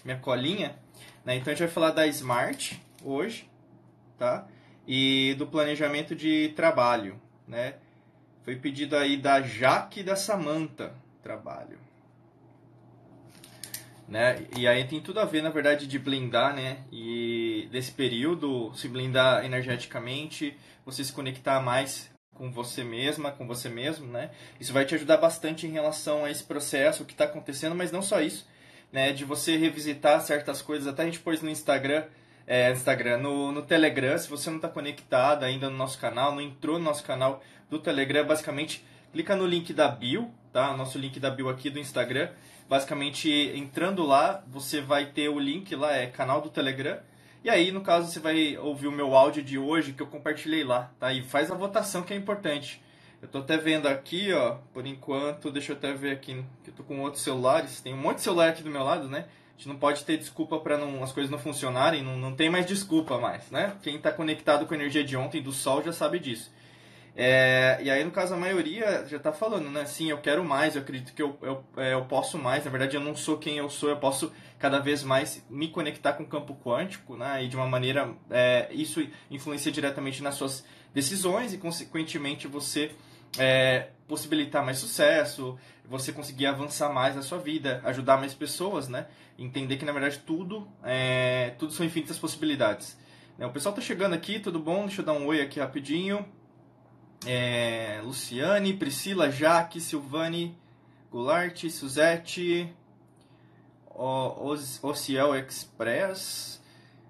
minha colinha, né? Então a gente vai falar da Smart hoje, tá? E do planejamento de trabalho, né? Foi pedido aí da Jaque e da Samantha, trabalho. Né? E aí tem tudo a ver, na verdade, de blindar, né? E desse período, se blindar energeticamente, você se conectar mais com você mesma, com você mesmo, né? Isso vai te ajudar bastante em relação a esse processo, o que está acontecendo, mas não só isso, né? De você revisitar certas coisas, até a gente pôs no Instagram, no Telegram, se você não está conectado ainda no nosso canal, não entrou no nosso canal do Telegram, basicamente clica no link da bio, tá? Nosso link da bio aqui do Instagram. Basicamente, entrando lá, você vai ter o link lá, canal do Telegram. E aí, no caso, você vai ouvir o meu áudio de hoje que eu compartilhei lá, tá? E faz a votação que é importante. Eu tô até vendo aqui, ó, por enquanto, deixa eu até ver aqui, que eu tô com outros celulares. Tem um monte de celular aqui do meu lado, né? A gente não pode ter desculpa para as coisas não funcionarem, não tem mais desculpa mais, né? Quem está conectado com a energia de ontem do sol já sabe disso. E aí, no caso, a maioria já está falando, né? Sim, eu quero mais, eu acredito que eu posso mais. Na verdade, eu não sou quem eu sou, eu posso cada vez mais me conectar com o campo quântico, né? E de uma maneira, isso influencia diretamente nas suas decisões e, consequentemente, você possibilitar mais sucesso, você conseguir avançar mais na sua vida, ajudar mais pessoas, né? Entender que, na verdade, tudo são infinitas possibilidades. O pessoal está chegando aqui, tudo bom? Deixa eu dar um oi aqui rapidinho. Luciane, Priscila, Jaque, Silvane, Goulart, Suzette, Ociel Express,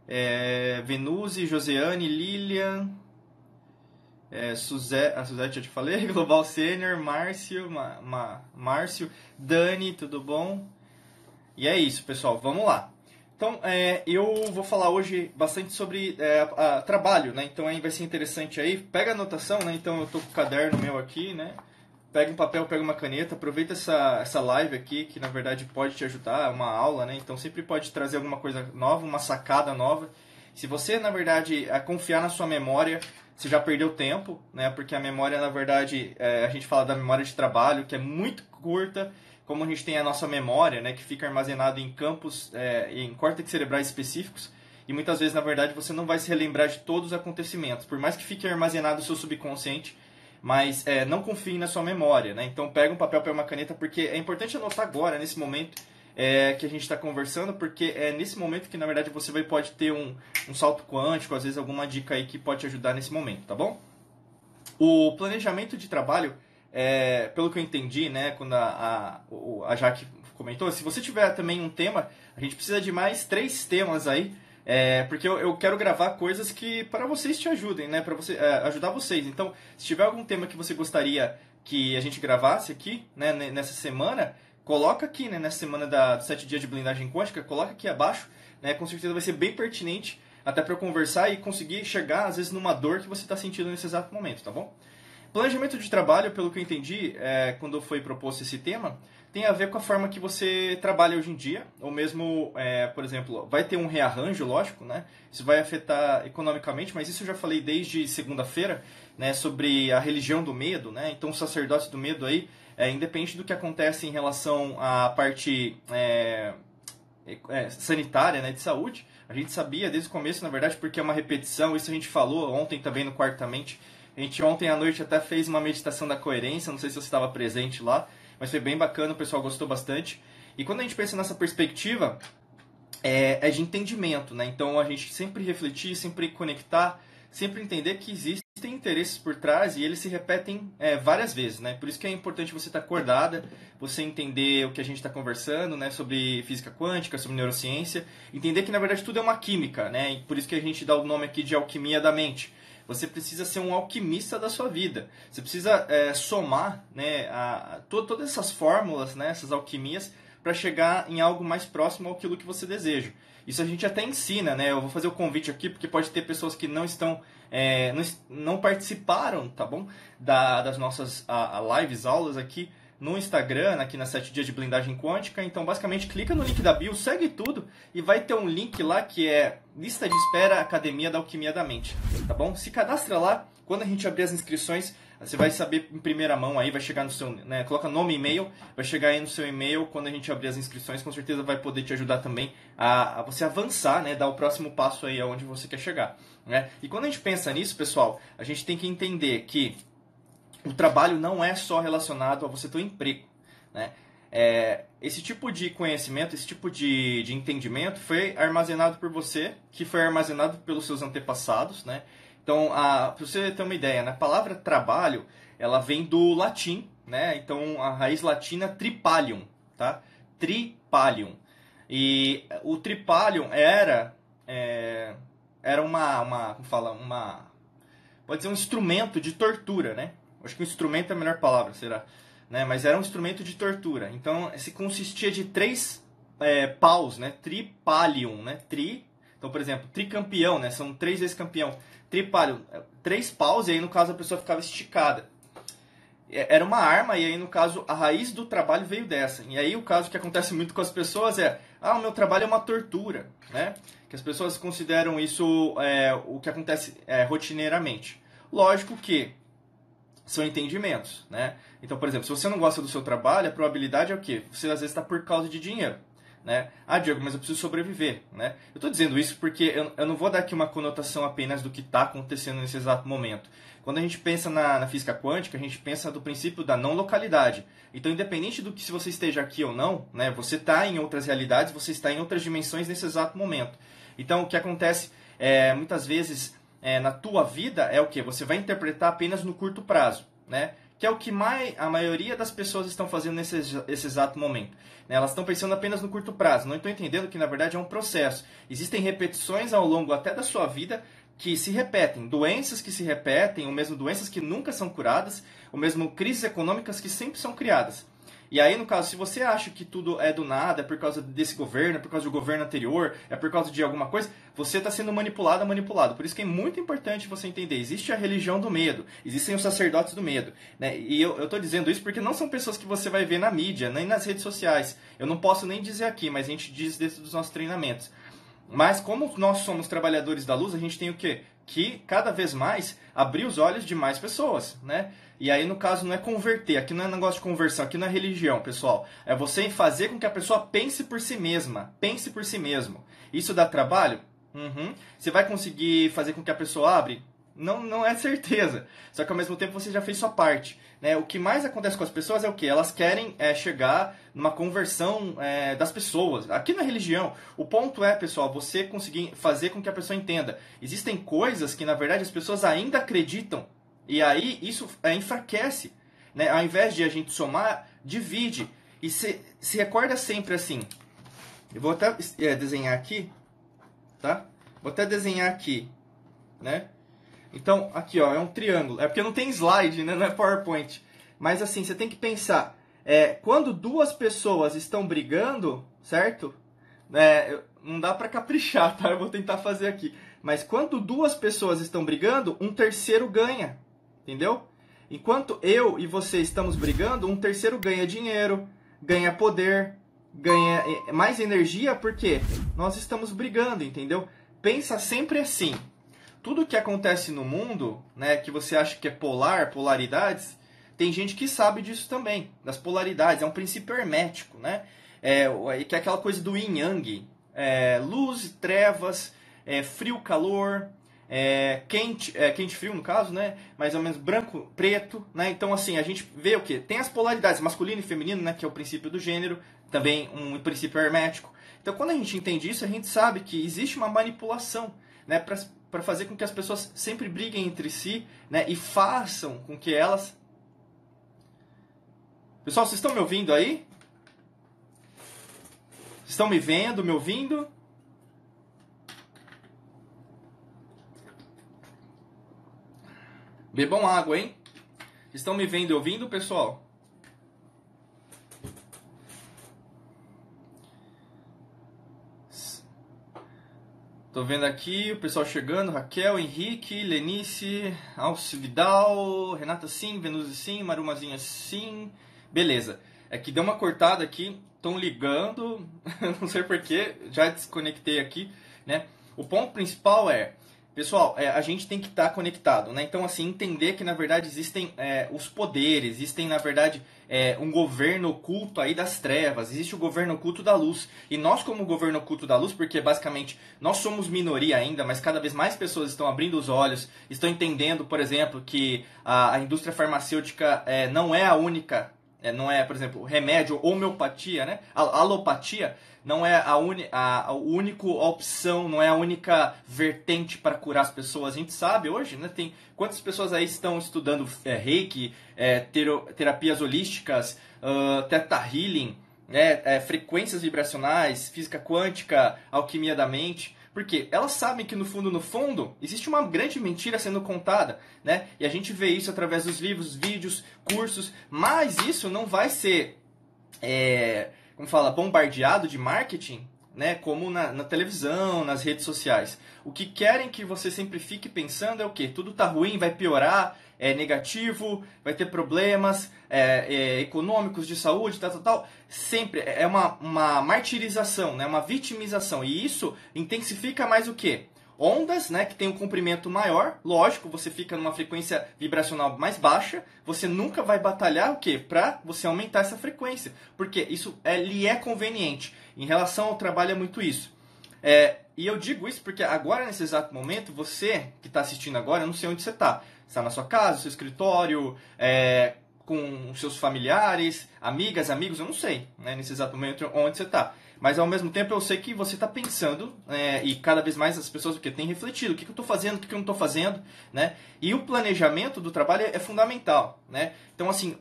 Venusi, Joseane, Lilian, a Suzette eu te falei, Global Senior, Márcio, Dani, tudo bom? E é isso, pessoal, vamos lá. Então, eu vou falar hoje bastante sobre trabalho, né? Então, aí vai ser interessante aí. Pega a anotação, né? Então, eu tô com o caderno meu aqui, né? Pega um papel, pega uma caneta. Aproveita essa live aqui, que na verdade pode te ajudar, uma aula, né? Então, sempre pode trazer alguma coisa nova, uma sacada nova. Se você, na verdade, confiar na sua memória, você já perdeu tempo, né? Porque a memória, na verdade, a gente fala da memória de trabalho, que é muito curta. Como a gente tem a nossa memória, né, que fica armazenada em campos, em córtex cerebrais específicos, e muitas vezes, na verdade, você não vai se relembrar de todos os acontecimentos, por mais que fique armazenado no seu subconsciente, mas não confie na sua memória, né? Então pega um papel, pega uma caneta, porque é importante anotar agora, nesse momento que a gente está conversando, porque é nesse momento que, na verdade, você pode ter um salto quântico, às vezes alguma dica aí que pode te ajudar nesse momento, tá bom? O planejamento de trabalho, pelo que eu entendi, né, quando a Jaque comentou, se você tiver também um tema, a gente precisa de mais 3 temas aí, porque eu quero gravar coisas que para vocês te ajudem, né, para ajudar vocês. Então, se tiver algum tema que você gostaria que a gente gravasse aqui, né, nessa semana, coloca aqui, né, nessa semana dos 7 dias de blindagem quântica, coloca aqui abaixo, né, com certeza vai ser bem pertinente, até para eu conversar e conseguir chegar, às vezes, numa dor que você está sentindo nesse exato momento, tá bom? Planejamento de trabalho, pelo que eu entendi, quando foi proposto esse tema, tem a ver com a forma que você trabalha hoje em dia, ou mesmo, por exemplo, vai ter um rearranjo, lógico, né? Isso vai afetar economicamente, mas isso eu já falei desde segunda-feira, né, sobre a religião do medo, né? Então, o sacerdócio do medo aí, independente do que acontece em relação à parte sanitária, né, de saúde, a gente sabia desde o começo, na verdade, porque é uma repetição, isso a gente falou ontem também no Quartamente. A gente ontem à noite até fez uma meditação da coerência, não sei se você estava presente lá, mas foi bem bacana, o pessoal gostou bastante. E quando a gente pensa nessa perspectiva, é de entendimento, né? Então a gente sempre refletir, sempre conectar, sempre entender que existem interesses por trás e eles se repetem várias vezes, né? Por isso que é importante você estar acordada, você entender o que a gente está conversando, né? Sobre física quântica, sobre neurociência, entender que na verdade tudo é uma química, né? E por isso que a gente dá o nome aqui de alquimia da mente. Você precisa ser um alquimista da sua vida. Você precisa somar, né, todas essas fórmulas, né, essas alquimias, para chegar em algo mais próximo àquilo que você deseja. Isso a gente até ensina, né? Eu vou fazer o convite aqui, porque pode ter pessoas que não estão, não participaram, tá bom? Das nossas lives, aulas aqui no Instagram, aqui nas 7 dias de blindagem quântica. Então, basicamente, clica no link da bio, segue tudo e vai ter um link lá que é lista de espera Academia da Alquimia da Mente, tá bom? Se cadastra lá, quando a gente abrir as inscrições, você vai saber em primeira mão aí, vai chegar no seu, né, coloca nome e e-mail, vai chegar aí no seu e-mail, quando a gente abrir as inscrições, com certeza vai poder te ajudar também a você avançar, né, dar o próximo passo aí aonde você quer chegar, né? E quando a gente pensa nisso, pessoal, a gente tem que entender que o trabalho não é só relacionado a você ter um emprego, né? Esse tipo de conhecimento, esse tipo de entendimento foi armazenado por você, que foi armazenado pelos seus antepassados, né? Então, para você ter uma ideia, né? A palavra trabalho, ela vem do latim, né? Então, a raiz latina tripalium, tá? Tripalium. E o tripalium era como fala, pode ser um instrumento de tortura, né? Acho que um instrumento é a melhor palavra, será? Né? Mas era um instrumento de tortura. Então, se consistia de 3 paus, né? Tripalium, né? Então, por exemplo, tricampeão, né? São 3 vezes campeão. Tripalium, 3 paus, e aí no caso a pessoa ficava esticada. Era uma arma, e aí no caso a raiz do trabalho veio dessa. E aí o caso que acontece muito com as pessoas o meu trabalho é uma tortura, né? Que as pessoas consideram isso o que acontece rotineiramente. Lógico que são entendimentos, né? Então, por exemplo, se você não gosta do seu trabalho, a probabilidade é o quê? Você às vezes está por causa de dinheiro, né? Ah, Diego, mas eu preciso sobreviver, né? Eu estou dizendo isso porque eu não vou dar aqui uma conotação apenas do que está acontecendo nesse exato momento. Quando a gente pensa na física quântica, a gente pensa do princípio da não localidade. Então, independente do que se você esteja aqui ou não, né? Você está em outras realidades, você está em outras dimensões nesse exato momento. Então, o que acontece muitas vezes na tua vida é o que? Você vai interpretar apenas no curto prazo, né? Que é o que a maioria das pessoas estão fazendo nesse exato momento. Né? Elas estão pensando apenas no curto prazo, não estão entendendo que na verdade é um processo. Existem repetições ao longo até da sua vida que se repetem, doenças que se repetem, ou mesmo doenças que nunca são curadas, ou mesmo crises econômicas que sempre são criadas. E aí, no caso, se você acha que tudo é do nada, é por causa desse governo, é por causa do governo anterior, é por causa de alguma coisa, você está sendo manipulado. Por isso que é muito importante você entender. Existe a religião do medo, existem os sacerdotes do medo. Né? E eu estou dizendo isso porque não são pessoas que você vai ver na mídia, nem nas redes sociais. Eu não posso nem dizer aqui, mas a gente diz dentro dos nossos treinamentos. Mas como nós somos trabalhadores da luz, a gente tem o quê? Que cada vez mais abrir os olhos de mais pessoas, né? E aí, no caso, não é converter. Aqui não é negócio de conversão, aqui não é religião, pessoal. É você fazer com que a pessoa pense por si mesma. Pense por si mesmo. Isso dá trabalho? Uhum. Você vai conseguir fazer com que a pessoa abre? Não, não é certeza. Só que ao mesmo tempo você já fez sua parte. Né? O que mais acontece com as pessoas é o quê? Elas querem chegar numa conversão das pessoas. Aqui na religião, o ponto é, pessoal, você conseguir fazer com que a pessoa entenda. Existem coisas que, na verdade, as pessoas ainda acreditam. E aí isso enfraquece. Né? Ao invés de a gente somar, divide. E se recorda sempre assim. Eu vou até desenhar aqui. Tá? Vou até desenhar aqui. Né? Então, aqui ó, é um triângulo. É porque não tem slide, né? Não é PowerPoint. Mas assim, você tem que pensar. Quando duas pessoas estão brigando, certo? Não dá pra caprichar, tá? Eu vou tentar fazer aqui. Mas quando duas pessoas estão brigando, um terceiro ganha. Entendeu? Enquanto eu e você estamos brigando, um terceiro ganha dinheiro, ganha poder, ganha mais energia, porque nós estamos brigando, entendeu? Pensa sempre assim. Tudo que acontece no mundo, né, que você acha que é polaridades, tem gente que sabe disso também, das polaridades. É um princípio hermético, né? Que é aquela coisa do yin yang, luz e trevas, frio, calor, quente, frio no caso, né? Mais ou menos branco, preto, né? Então assim, a gente vê o que? Tem as polaridades, masculino e feminino, né? Que é o princípio do gênero, também um princípio hermético. Então quando a gente entende isso, a gente sabe que existe uma manipulação, né? Para fazer com que as pessoas sempre briguem entre si, né? E façam com que elas... Pessoal, vocês estão me ouvindo aí? Vocês estão me vendo, me ouvindo? Bebam água, hein? Vocês estão me vendo e ouvindo, pessoal? Tô vendo aqui o pessoal chegando. Raquel, Henrique, Lenice, Alce Vidal, Renata sim, Venusi sim, Marumazinha sim. Beleza. É que deu uma cortada aqui. Estão ligando. Não sei porquê. Já desconectei aqui, né? O ponto principal é... Pessoal, a gente tem que estar conectado, né? Então, assim, entender que, na verdade, existem os poderes, existem, na verdade, um governo oculto aí das trevas, existe o governo oculto da luz. E nós, como governo oculto da luz, porque, basicamente, nós somos minoria ainda, mas cada vez mais pessoas estão abrindo os olhos, estão entendendo, por exemplo, que a indústria farmacêutica não é a única, não é, por exemplo, remédio, homeopatia, né? A alopatia não é a única opção, não é a única vertente para curar as pessoas. A gente sabe hoje, né? Tem quantas pessoas aí estão estudando Reiki, terapias holísticas, Theta Healing, né? Frequências vibracionais, física quântica, alquimia da mente. Porque elas sabem que no fundo, existe uma grande mentira sendo contada, né? E a gente vê isso através dos livros, vídeos, cursos, mas isso não vai ser como fala, bombardeado de marketing, né, como na televisão, nas redes sociais. O que querem que você sempre fique pensando é o quê? Tudo tá ruim, vai piorar, é negativo, vai ter problemas econômicos, de saúde, tal. Sempre é uma martirização, né, uma vitimização. E isso intensifica mais o quê? Ondas, né, que tem um comprimento maior, lógico, você fica numa frequência vibracional mais baixa, você nunca vai batalhar o quê? Para você aumentar essa frequência, porque isso lhe é conveniente. Em relação ao trabalho é muito isso. E eu digo isso porque agora, nesse exato momento, você que está assistindo agora, eu não sei onde você está. Você está na sua casa, no seu escritório, com seus familiares, amigas, amigos, eu não sei, né, nesse exato momento onde você está. Mas ao mesmo tempo eu sei que você está pensando, e cada vez mais as pessoas têm refletido, o que eu estou fazendo, o que eu não estou fazendo, né? E o planejamento do trabalho é fundamental, né? Então assim,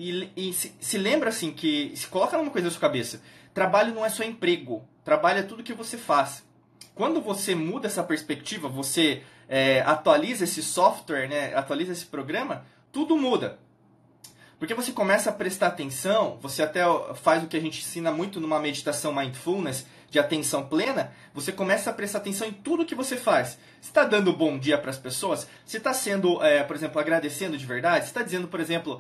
se lembra assim, que se coloca numa coisa na sua cabeça, trabalho não é só emprego, trabalho é tudo que você faz. Quando você muda essa perspectiva, você atualiza esse software, né? Atualiza esse programa, tudo muda. Porque você começa a prestar atenção, você até faz o que a gente ensina muito numa meditação mindfulness, de atenção plena, você começa a prestar atenção em tudo que você faz. Você está dando bom dia para as pessoas? Você está sendo, por exemplo, agradecendo de verdade? Você está dizendo, por exemplo,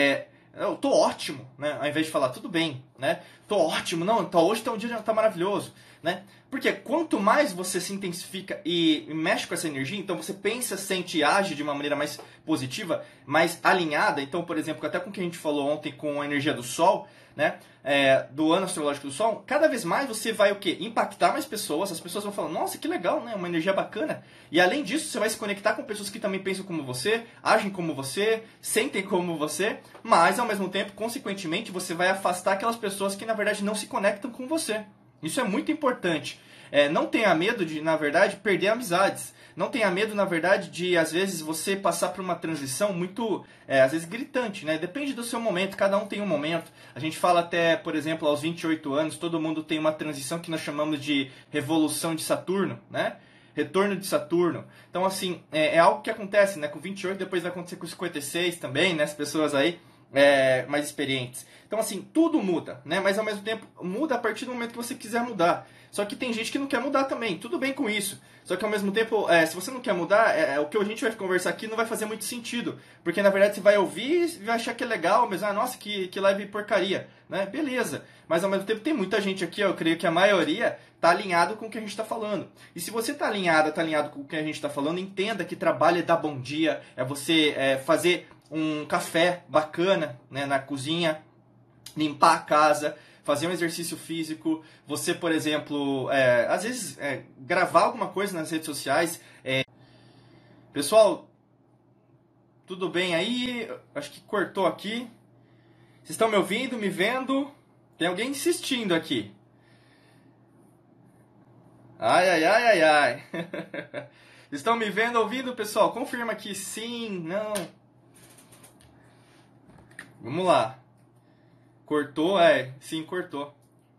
eu tô ótimo, né? Ao invés de falar, tudo bem, né? Tô ótimo, não, hoje tá um dia tá maravilhoso, né? Porque quanto mais você se intensifica e mexe com essa energia, então você pensa, sente e age de uma maneira mais positiva, mais alinhada. Então, por exemplo, até com o que a gente falou ontem com a energia do Sol, né? Do ano astrológico do Sol, cada vez mais você vai o quê? Impactar mais pessoas, as pessoas vão falar, nossa, que legal, né? Uma energia bacana. E além disso, você vai se conectar com pessoas que também pensam como você, agem como você, sentem como você, mas ao mesmo tempo, consequentemente, você vai afastar aquelas pessoas que na verdade não se conectam com você. Isso é muito importante. Não tenha medo de, na verdade, perder amizades. Não tenha medo, na verdade, de, às vezes, você passar por uma transição muito, às vezes, gritante, né? Depende do seu momento, cada um tem um momento. A gente fala até, por exemplo, aos 28 anos, todo mundo tem uma transição que nós chamamos de revolução de Saturno, né? Retorno de Saturno. Então, assim, é algo que acontece, né? Com 28, depois vai acontecer com 56 também, né? As pessoas aí mais experientes. Então, assim, tudo muda, né? Mas, ao mesmo tempo, muda a partir do momento que você quiser mudar. Só que tem gente que não quer mudar também. Tudo bem com isso. Só que, ao mesmo tempo, se você não quer mudar, o que a gente vai conversar aqui não vai fazer muito sentido. Porque, na verdade, você vai ouvir e vai achar que é legal, mas, nossa, que live porcaria, né? Beleza. Mas, ao mesmo tempo, tem muita gente aqui, eu creio que a maioria está alinhado com o que a gente está falando. E se você está alinhado com o que a gente está falando, entenda que trabalho é dar bom dia, é você fazer um café bacana, né, na cozinha, limpar a casa, fazer um exercício físico, você, por exemplo, às vezes gravar alguma coisa nas redes sociais. Pessoal, tudo bem aí? Acho que cortou aqui. Vocês estão me ouvindo, me vendo? Tem alguém insistindo aqui. Ai, ai, ai, ai, ai. Estão me vendo, ouvindo, pessoal? Confirma aqui sim, não. Vamos lá. Cortou? Sim, cortou.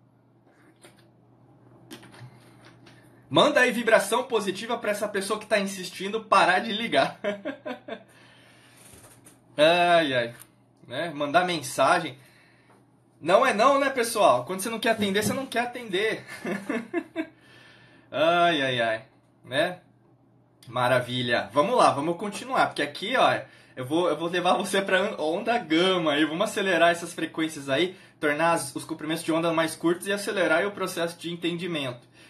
Manda aí vibração positiva para essa pessoa que está insistindo parar de ligar. Ai, ai. Né? Mandar mensagem. Não é não, né, pessoal? Quando você não quer atender, você não quer atender. Ai, ai, ai. Né? Maravilha. Vamos lá, vamos continuar. Porque aqui, ó, eu vou levar você para onda gama aí. Vamos acelerar essas frequências aí, tornar os comprimentos de onda mais curtos e acelerar o processo de entendimento.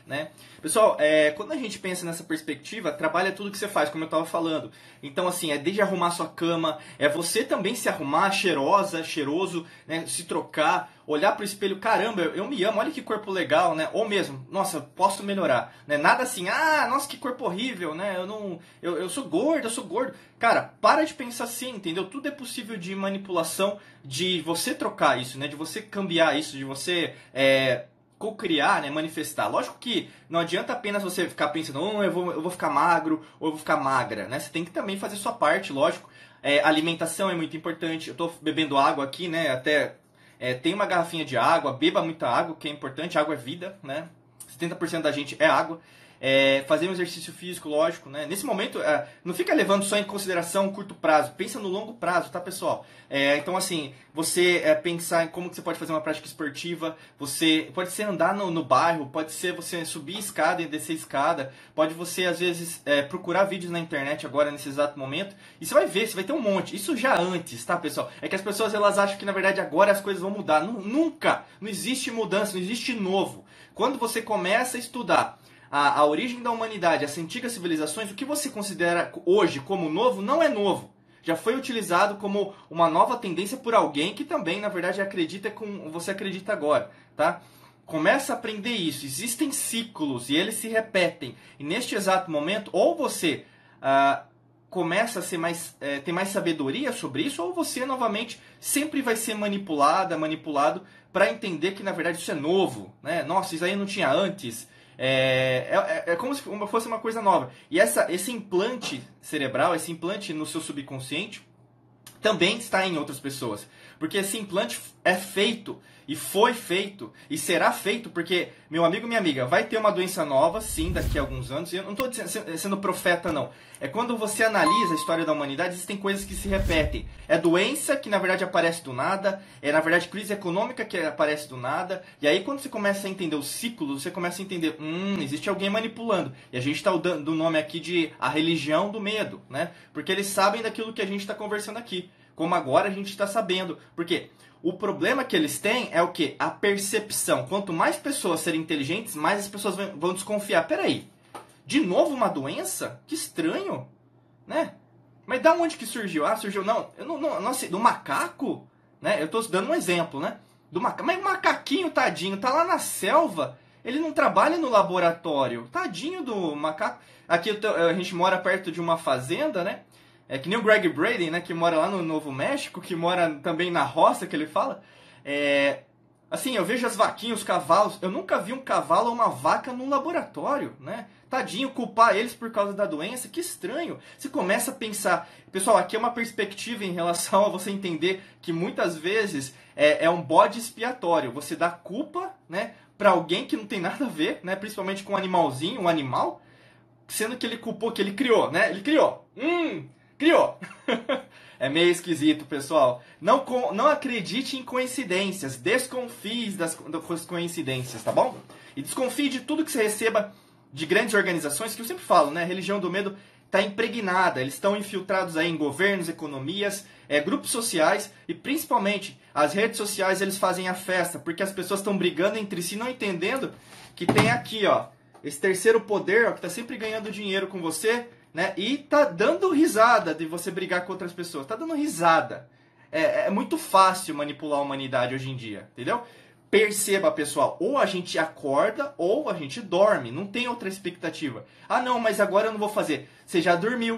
né? Pessoal, quando a gente pensa nessa perspectiva, trabalho é tudo que você faz, como eu estava falando. Então, assim, é desde arrumar sua cama, é você também se arrumar cheirosa, cheiroso, né? Se trocar, olhar pro espelho, caramba, eu me amo, olha que corpo legal, né? Ou mesmo, nossa, posso melhorar, né? Nada assim, nossa, que corpo horrível, né? Eu sou gordo, eu sou gordo. Cara, para de pensar assim, entendeu? Tudo é possível de manipulação, de você trocar isso, né? De você cambiar isso, de você co-criar, né? Manifestar. Lógico que não adianta apenas você ficar pensando, eu vou ficar magro ou eu vou ficar magra, né? Você tem que também fazer sua parte, lógico. Alimentação é muito importante. Eu tô bebendo água aqui, né? Até tem uma garrafinha de água, beba muita água, que é importante. Água é vida, né? 70% da gente é água. Fazer um exercício físico, lógico, né? Nesse momento, não fica levando só em consideração o curto prazo, pensa no longo prazo, tá, pessoal? Então, assim, você pensar em como que você pode fazer uma prática esportiva, pode ser andar no bairro, pode ser você subir escada e descer escada, pode você, às vezes, procurar vídeos na internet agora, nesse exato momento, e você vai ver, você vai ter um monte. Isso já antes, tá, pessoal? É que as pessoas, elas acham que, na verdade, agora as coisas vão mudar. Nunca! Não existe mudança, não existe novo. Quando você começa a estudar a origem da humanidade, as antigas civilizações, o que você considera hoje como novo, não é novo. Já foi utilizado como uma nova tendência por alguém que também, na verdade, acredita como você acredita agora, tá? Começa a aprender isso. Existem ciclos e eles se repetem. E neste exato momento, ou você começa a ser ter mais sabedoria sobre isso, ou você, novamente, sempre vai ser manipulado para entender que, na verdade, isso é novo, né? Nossa, isso aí não tinha antes. É como se fosse uma coisa nova. E esse implante cerebral, esse implante no seu subconsciente, também está em outras pessoas. Porque esse implante é feito, e foi feito, e será feito, porque, meu amigo, minha amiga, vai ter uma doença nova, sim, daqui a alguns anos. E eu não estou sendo profeta, não. É quando você analisa a história da humanidade, existem coisas que se repetem. É doença que, na verdade, aparece do nada. É, na verdade, crise econômica que aparece do nada. E aí, quando você começa a entender o ciclo, você começa a entender, existe alguém manipulando. E a gente está dando o nome aqui de a religião do medo, né? Porque eles sabem daquilo que a gente está conversando aqui. Como agora a gente está sabendo. Por quê? O problema que eles têm é o quê? A percepção. Quanto mais pessoas serem inteligentes, mais as pessoas vão desconfiar. Peraí, de novo uma doença? Que estranho, né? Mas da onde que surgiu? Surgiu, não sei, do macaco? Né? Eu estou dando um exemplo, né? Mas o macaquinho, tadinho, tá lá na selva. Ele não trabalha no laboratório. Tadinho do macaco. Aqui a gente mora perto de uma fazenda, né? É que nem o Greg Brady, né, que mora lá no Novo México, que mora também na roça, que ele fala. Assim, eu vejo as vaquinhas, os cavalos. Eu nunca vi um cavalo ou uma vaca num laboratório, né? Tadinho, culpar eles por causa da doença, que estranho. Você começa a pensar... Pessoal, aqui é uma perspectiva em relação a você entender que muitas vezes é um bode expiatório. Você dá culpa, né, para alguém que não tem nada a ver, né, principalmente com um animalzinho, um animal, sendo que ele culpou, que ele criou, né? Ele criou. Criou! É meio esquisito, pessoal. Não acredite em coincidências. Desconfie das coincidências, tá bom? E desconfie de tudo que você receba de grandes organizações, que eu sempre falo, né? A religião do medo está impregnada. Eles estão infiltrados aí em governos, economias, grupos sociais e principalmente as redes sociais. Eles fazem a festa porque as pessoas estão brigando entre si, não entendendo que tem aqui, ó, esse terceiro poder, ó, que está sempre ganhando dinheiro com você, né? E tá dando risada de você brigar com outras pessoas. Tá dando risada. É muito fácil manipular a humanidade hoje em dia, entendeu? Perceba, pessoal, ou a gente acorda ou a gente dorme. Não tem outra expectativa. Não, mas agora eu não vou fazer. Você já dormiu.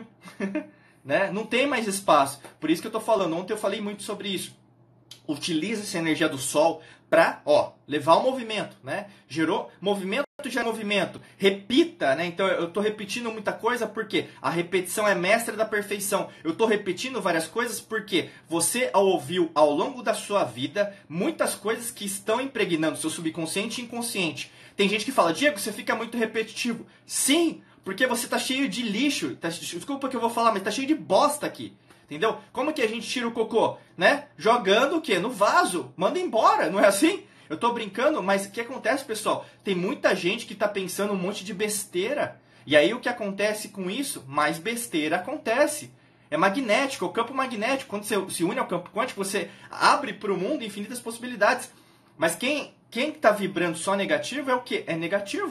Né? Não tem mais espaço. Por isso que eu tô falando. Ontem eu falei muito sobre isso. Utiliza essa energia do sol para, levar o movimento, né? Gerou movimento, gera movimento. Repita, né? Então eu estou repetindo muita coisa porque a repetição é mestra da perfeição. Eu estou repetindo várias coisas porque você ouviu ao longo da sua vida muitas coisas que estão impregnando seu subconsciente e inconsciente. Tem gente que fala, Diego, você fica muito repetitivo. Sim, porque você tá cheio de lixo. Desculpa que eu vou falar, mas tá cheio de bosta aqui. Entendeu? Como que a gente tira o cocô? Né? Jogando o quê? No vaso. Manda embora, não é assim? Eu tô brincando, mas o que acontece, pessoal? Tem muita gente que tá pensando um monte de besteira. E aí o que acontece com isso? Mais besteira acontece. É magnético, é o campo magnético. Quando você se une ao campo quântico, você abre para o mundo infinitas possibilidades. Mas quem tá vibrando só negativo é o quê? É negativo.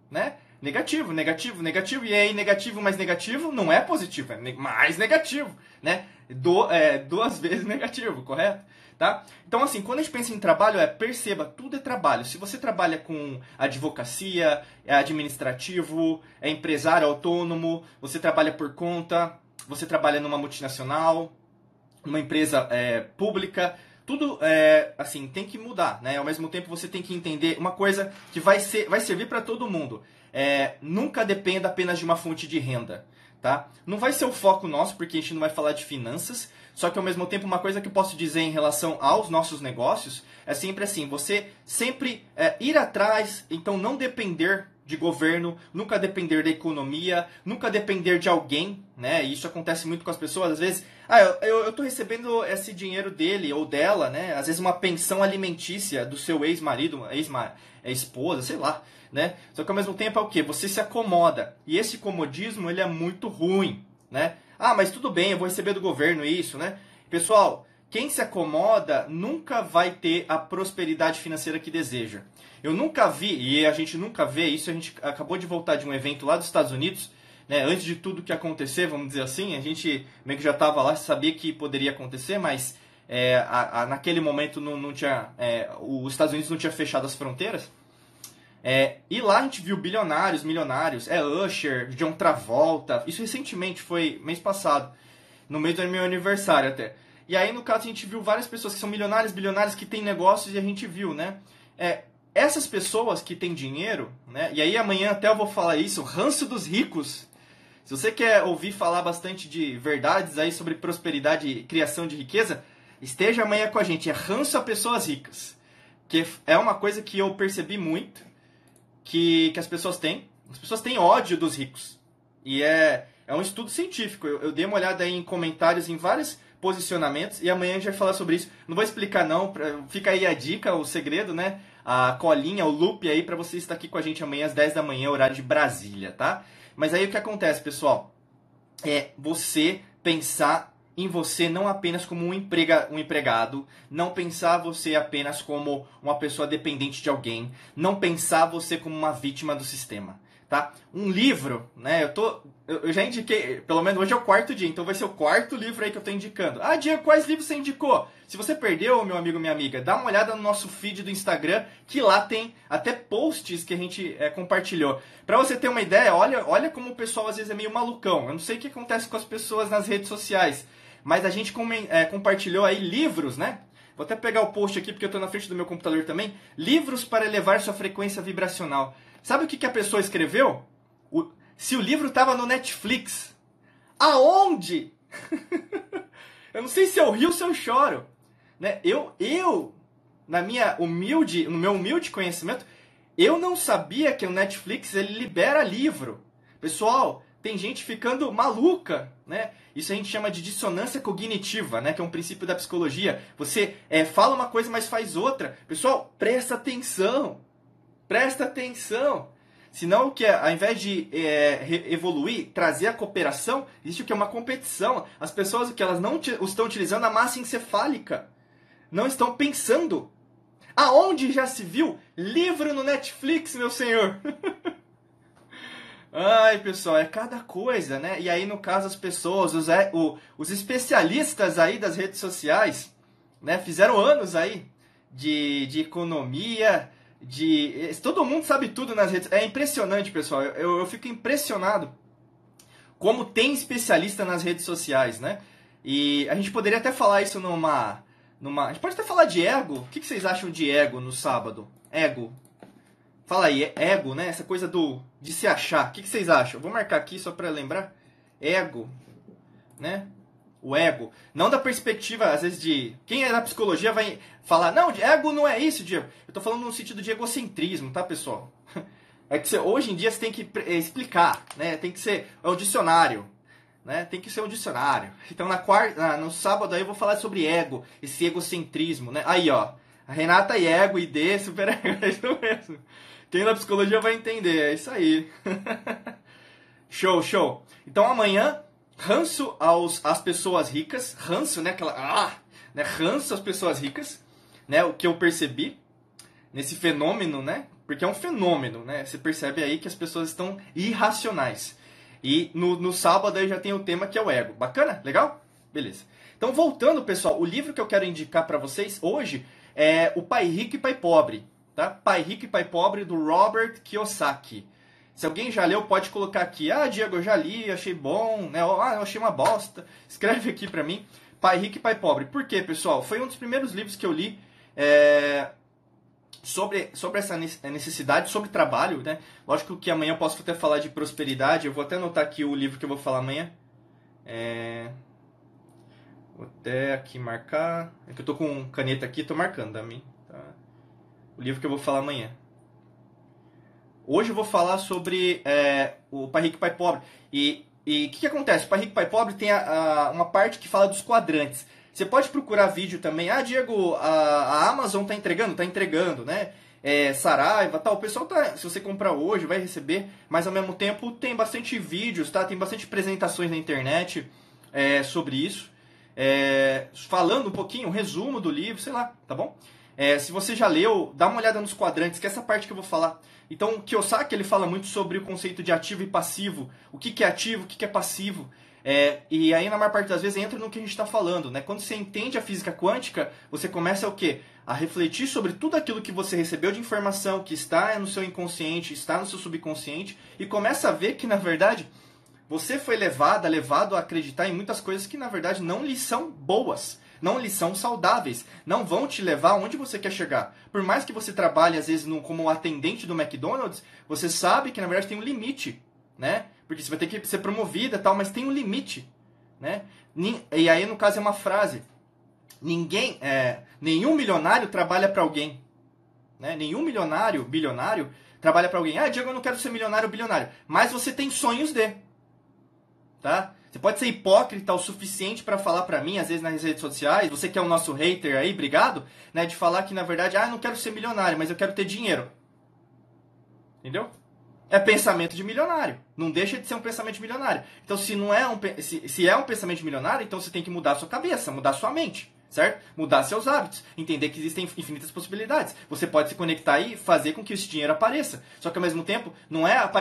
né? Negativo, negativo, negativo, e aí negativo mais negativo não é positivo, é mais negativo, né? Duas vezes negativo, correto? Tá? Então, assim, quando a gente pensa em trabalho, perceba, tudo é trabalho. Se você trabalha com advocacia, é administrativo, é empresário autônomo, você trabalha por conta, você trabalha numa multinacional, numa empresa pública, tudo assim, tem que mudar, né? Ao mesmo tempo, você tem que entender uma coisa que vai servir para todo mundo. Nunca dependa apenas de uma fonte de renda, tá? Não vai ser o foco nosso, porque a gente não vai falar de finanças, só que ao mesmo tempo uma coisa que eu posso dizer em relação aos nossos negócios é sempre assim, você sempre ir atrás, então não depender de governo, nunca depender da economia, nunca depender de alguém, né? E isso acontece muito com as pessoas, às vezes, eu tô recebendo esse dinheiro dele ou dela, né? Às vezes uma pensão alimentícia do seu ex-marido, ex-esposa, sei lá, né? Só que ao mesmo tempo é o quê? Você se acomoda. E esse comodismo, ele é muito ruim, né? Ah, mas tudo bem, eu vou receber do governo isso, né? Pessoal, quem se acomoda nunca vai ter a prosperidade financeira que deseja. Eu nunca vi, e a gente nunca vê isso, a gente acabou de voltar de um evento lá dos Estados Unidos, né? Antes de tudo que acontecer, vamos dizer assim, a gente meio que já estava lá, sabia que poderia acontecer, mas naquele momento não tinha, os Estados Unidos não tinha fechado as fronteiras. E lá a gente viu bilionários, milionários, Usher, John Travolta, isso recentemente, foi mês passado, no meio do meu aniversário até. E aí, no caso, a gente viu várias pessoas que são milionários, bilionários, que têm negócios, e a gente viu, né? Essas pessoas que têm dinheiro, né? E aí amanhã até eu vou falar isso, ranço dos ricos. Se você quer ouvir falar bastante de verdades aí sobre prosperidade e criação de riqueza, esteja amanhã com a gente. É ranço a pessoas ricas. Que é uma coisa que eu percebi muito, que as pessoas têm. As pessoas têm ódio dos ricos. E é um estudo científico. Eu dei uma olhada aí em comentários em vários posicionamentos e amanhã a gente vai falar sobre isso. Não vou explicar não, fica aí a dica, o segredo, né? A colinha, o loop aí para você estar aqui com a gente amanhã às 10 da manhã, horário de Brasília, tá? Mas aí o que acontece, pessoal? É você pensar em você não apenas como um empregado, não pensar você apenas como uma pessoa dependente de alguém, não pensar você como uma vítima do sistema, tá? Um livro, né? Eu já indiquei, pelo menos hoje é o quarto dia, então vai ser o quarto livro aí que eu tô indicando. Ah, Diego, quais livros você indicou? Se você perdeu, meu amigo, minha amiga, dá uma olhada no nosso feed do Instagram, que lá tem até posts que a gente compartilhou. Pra você ter uma ideia, olha como o pessoal às vezes é meio malucão. Eu não sei o que acontece com as pessoas nas redes sociais, mas a gente compartilhou aí livros, né? Vou até pegar o post aqui porque eu tô na frente do meu computador também. Livros para elevar sua frequência vibracional. Sabe o que a pessoa escreveu? Se o livro tava no Netflix. Aonde? Eu não sei se eu rio ou se eu choro. Né? No meu humilde conhecimento, eu não sabia que o Netflix ele libera livro. Pessoal, tem gente ficando maluca, né? Isso a gente chama de dissonância cognitiva, né? Que é um princípio da psicologia. Você fala uma coisa, mas faz outra. Pessoal, presta atenção. Presta atenção. Senão, ao invés de evoluir, trazer a cooperação, existe o que é uma competição. As pessoas, o que elas não estão utilizando a massa encefálica. Não estão pensando. Aonde já se viu livro no Netflix, meu senhor? Ai, pessoal, é cada coisa, né? E aí, no caso, as pessoas, os especialistas aí das redes sociais, né, fizeram anos aí de economia, todo mundo sabe tudo nas redes. É impressionante, pessoal. Eu fico impressionado como tem especialista nas redes sociais, né? E a gente poderia até falar isso a gente pode até falar de ego. O que vocês acham de ego no sábado? Ego. Fala aí, ego, né? Essa coisa de se achar. O que vocês acham? Vou marcar aqui só para lembrar. Ego, né? O ego. Não da perspectiva, às vezes, de... Quem é da psicologia vai falar, não, ego não é isso, Diego. Eu tô falando no sentido de egocentrismo, tá, pessoal? É que hoje em dia você tem que explicar, né? Tem que ser o dicionário, né? Tem que ser um dicionário. Então, no sábado aí eu vou falar sobre ego, esse egocentrismo, né? Aí, ó. A Renata e ego, ID, super ego, é isso mesmo. Quem da psicologia vai entender, é isso aí. Show, show. Então amanhã, ranço às pessoas ricas, ranço, né? Ranço às pessoas ricas, né? O que eu percebi nesse fenômeno, né? Porque é um fenômeno, né? Você percebe aí que as pessoas estão irracionais. E no sábado aí já tem o tema que é o ego. Bacana? Legal? Beleza. Então, voltando, pessoal, o livro que eu quero indicar para vocês hoje é O Pai Rico e Pai Pobre. Tá? Pai Rico e Pai Pobre, do Robert Kiyosaki. Se alguém já leu, pode colocar aqui. Ah, Diego, eu já li, achei bom. Né? Ah, eu achei uma bosta. Escreve aqui para mim. Pai Rico e Pai Pobre. Por quê, pessoal? Foi um dos primeiros livros que eu li sobre essa necessidade, sobre trabalho, né? Lógico que amanhã eu posso até falar de prosperidade. Eu vou até anotar aqui o livro que eu vou falar amanhã. Vou até aqui marcar. É que eu tô com caneta aqui, tô marcando também. Tá? O livro que eu vou falar amanhã. Hoje eu vou falar sobre o Pai Rico e Pai Pobre. E o que acontece? O Pai Rico e Pai Pobre tem uma parte que fala dos quadrantes. Você pode procurar vídeo também. Ah, Diego, a Amazon tá entregando? Tá entregando, né? Saraiva, tal. O pessoal tá, se você comprar hoje, vai receber. Mas ao mesmo tempo tem bastante vídeos, tá? Tem bastante apresentações na internet sobre isso. Falando um pouquinho, um resumo do livro, sei lá, tá bom? Se você já leu, dá uma olhada nos quadrantes, que é essa parte que eu vou falar. Então, o Kiyosaki, ele fala muito sobre o conceito de ativo e passivo. O que é ativo, o que é passivo. E aí, na maior parte das vezes, entra no que a gente está falando, né? Quando você entende a física quântica, você começa o quê? A refletir sobre tudo aquilo que você recebeu de informação, que está no seu inconsciente, está no seu subconsciente, e começa a ver que, na verdade, você foi levado a acreditar em muitas coisas que, na verdade, não lhe são boas, não lhe são saudáveis, não vão te levar onde você quer chegar. Por mais que você trabalhe, às vezes, como atendente do McDonald's, você sabe que, na verdade, tem um limite, né? Porque você vai ter que ser promovida e tal, mas tem um limite, né? E aí, no caso, é uma frase. Nenhum milionário trabalha para alguém. Né? Nenhum bilionário, trabalha para alguém. Ah, Diego, eu não quero ser milionário ou bilionário. Mas você tem sonhos de. Tá? Você pode ser hipócrita o suficiente para falar para mim, às vezes nas redes sociais, você que é o nosso hater aí, obrigado, né? De falar que, na verdade, eu não quero ser milionário, mas eu quero ter dinheiro. Entendeu? É pensamento de milionário. Não deixa de ser um pensamento de milionário. Então, se é um pensamento de milionário, então você tem que mudar a sua cabeça, mudar a sua mente, certo? Mudar seus hábitos, entender que existem infinitas possibilidades. Você pode se conectar e fazer com que esse dinheiro apareça. Só que, ao mesmo tempo, não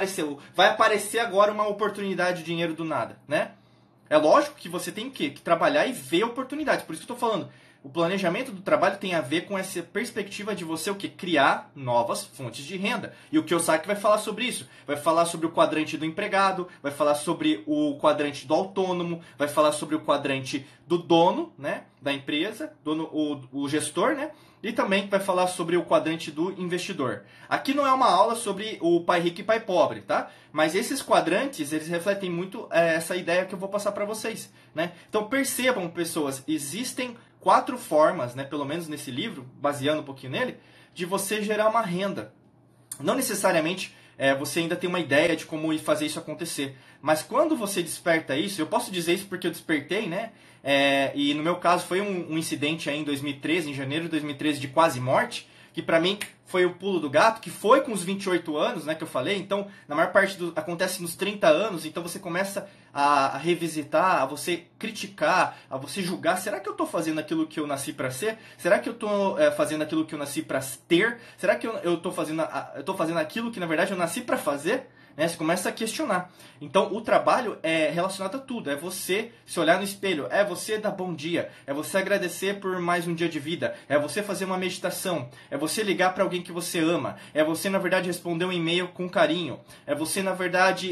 vai aparecer agora uma oportunidade de dinheiro do nada, né? É lógico que você tem que trabalhar e ver oportunidades. Por isso que eu estou falando. O planejamento do trabalho tem a ver com essa perspectiva de você criar novas fontes de renda. E o Kiyosaki vai falar sobre isso. Vai falar sobre o quadrante do empregado, vai falar sobre o quadrante do autônomo, vai falar sobre o quadrante do dono, né, da empresa, o gestor, né? E também vai falar sobre o quadrante do investidor. Aqui não é uma aula sobre o pai rico e pai pobre, tá? Mas esses quadrantes, eles refletem muito essa ideia que eu vou passar para vocês, né? Então percebam, pessoas, existem 4 formas, né, pelo menos nesse livro, baseando um pouquinho nele, de você gerar uma renda. Não necessariamente você ainda tem uma ideia de como ir fazer isso acontecer. Mas quando você desperta isso, eu posso dizer isso porque eu despertei, né? E no meu caso foi um incidente aí em 2013, em janeiro de 2013, de quase morte, que pra mim foi o pulo do gato, que foi com os 28 anos, né, que eu falei. Então, na maior parte acontece nos 30 anos, então você começa a revisitar, a você criticar, a você julgar. Será que eu estou fazendo aquilo que eu nasci para ser? Será que eu estou fazendo aquilo que eu nasci para ter? Será que eu estou fazendo aquilo que, na verdade, eu nasci para fazer? Né? Você começa a questionar. Então, o trabalho é relacionado a tudo. É você se olhar no espelho. É você dar bom dia. É você agradecer por mais um dia de vida. É você fazer uma meditação. É você ligar para alguém que você ama. É você, na verdade, responder um e-mail com carinho. É você, na verdade,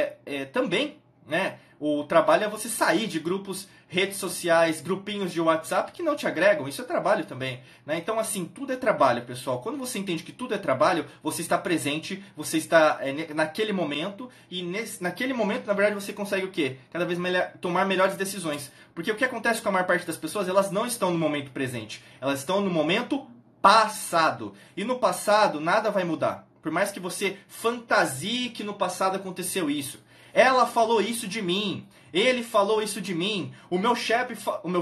também, né? O trabalho é você sair de grupos, redes sociais, grupinhos de WhatsApp que não te agregam. Isso é trabalho também, né? Então, assim, tudo é trabalho, pessoal. Quando você entende que tudo é trabalho, você está presente, você está naquele momento. E naquele momento, na verdade, você consegue o quê? Cada vez tomar melhores decisões. Porque o que acontece com a maior parte das pessoas, elas não estão no momento presente. Elas estão no momento passado. E no passado, nada vai mudar. Por mais que você fantasie que no passado aconteceu isso. Ela falou isso de mim. Ele falou isso de mim. Meu chefe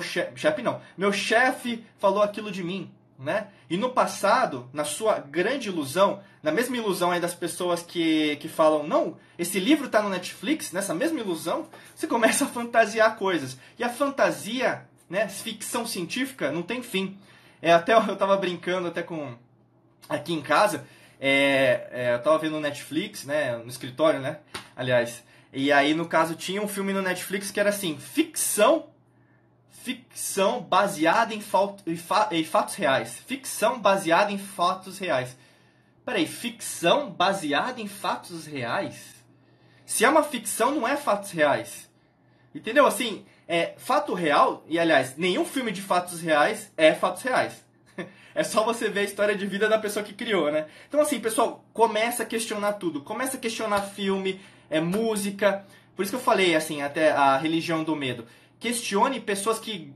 falou aquilo de mim, né? E no passado, na sua grande ilusão, na mesma ilusão aí das pessoas que falam, não, esse livro está no Netflix, nessa mesma ilusão, você começa a fantasiar coisas. E a fantasia, né, ficção científica, não tem fim. Até eu estava brincando até aqui em casa. Eu tava vendo no Netflix, né? No escritório, né? Aliás. E aí, no caso, tinha um filme no Netflix que era assim, ficção baseada em fatos reais. Ficção baseada em fatos reais. Peraí, ficção baseada em fatos reais? Se é uma ficção, não é fatos reais. Entendeu? Assim, fato real, e aliás, nenhum filme de fatos reais é fatos reais. É só você ver a história de vida da pessoa que criou, né? Então, assim, pessoal, começa a questionar tudo. Começa a questionar filme, música. Por isso que eu falei, assim, até a religião do medo. Questione pessoas que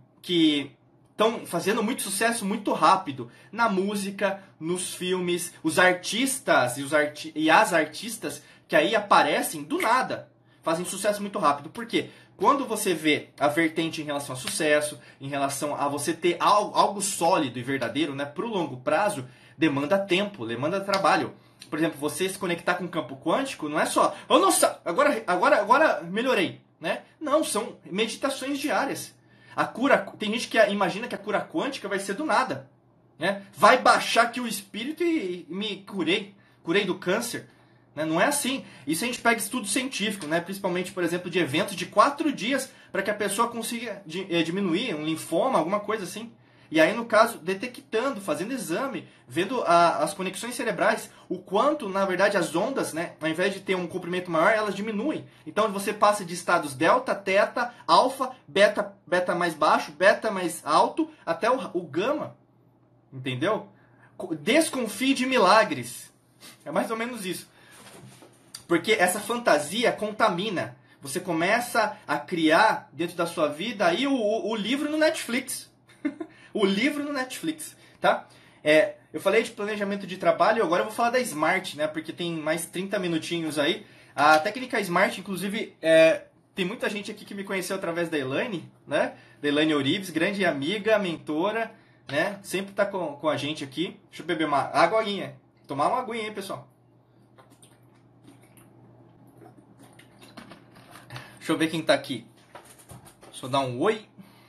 estão fazendo muito sucesso muito rápido. Na música, nos filmes, os artistas e as artistas que aí aparecem do nada. Fazem sucesso muito rápido. Por quê? Quando você vê a vertente em relação a sucesso, em relação a você ter algo sólido e verdadeiro, né, pro longo prazo, demanda tempo, demanda trabalho. Por exemplo, você se conectar com o campo quântico não é só, oh nossa, agora melhorei, né? Não, são meditações diárias. A cura, tem gente que imagina que a cura quântica vai ser do nada, né? Vai baixar aqui o espírito e me curei do câncer. Não é assim. Isso a gente pega estudo científico, né? Principalmente, por exemplo, de eventos de 4 dias para que a pessoa consiga diminuir um linfoma, alguma coisa assim. E aí, no caso, detectando, fazendo exame, vendo as conexões cerebrais, o quanto, na verdade, as ondas, né, ao invés de ter um comprimento maior, elas diminuem. Então, você passa de estados delta, teta, alfa, beta mais baixo, beta mais alto, até o gama. Entendeu? Desconfie de milagres. É mais ou menos isso. Porque essa fantasia contamina. Você começa a criar dentro da sua vida aí o livro no Netflix. O livro no Netflix, tá? Eu falei de planejamento de trabalho, agora eu vou falar da Smart, né? Porque tem mais 30 minutinhos aí. A técnica Smart, inclusive, tem muita gente aqui que me conheceu através da Elaine, né? Da Elaine Eurives, grande amiga, mentora, né? Sempre tá com a gente aqui. Deixa eu beber uma aguinha. Tomar uma aguinha, hein, pessoal? Deixa eu ver quem tá aqui. Deixa eu dar um oi.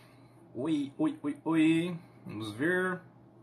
Oi. Vamos ver.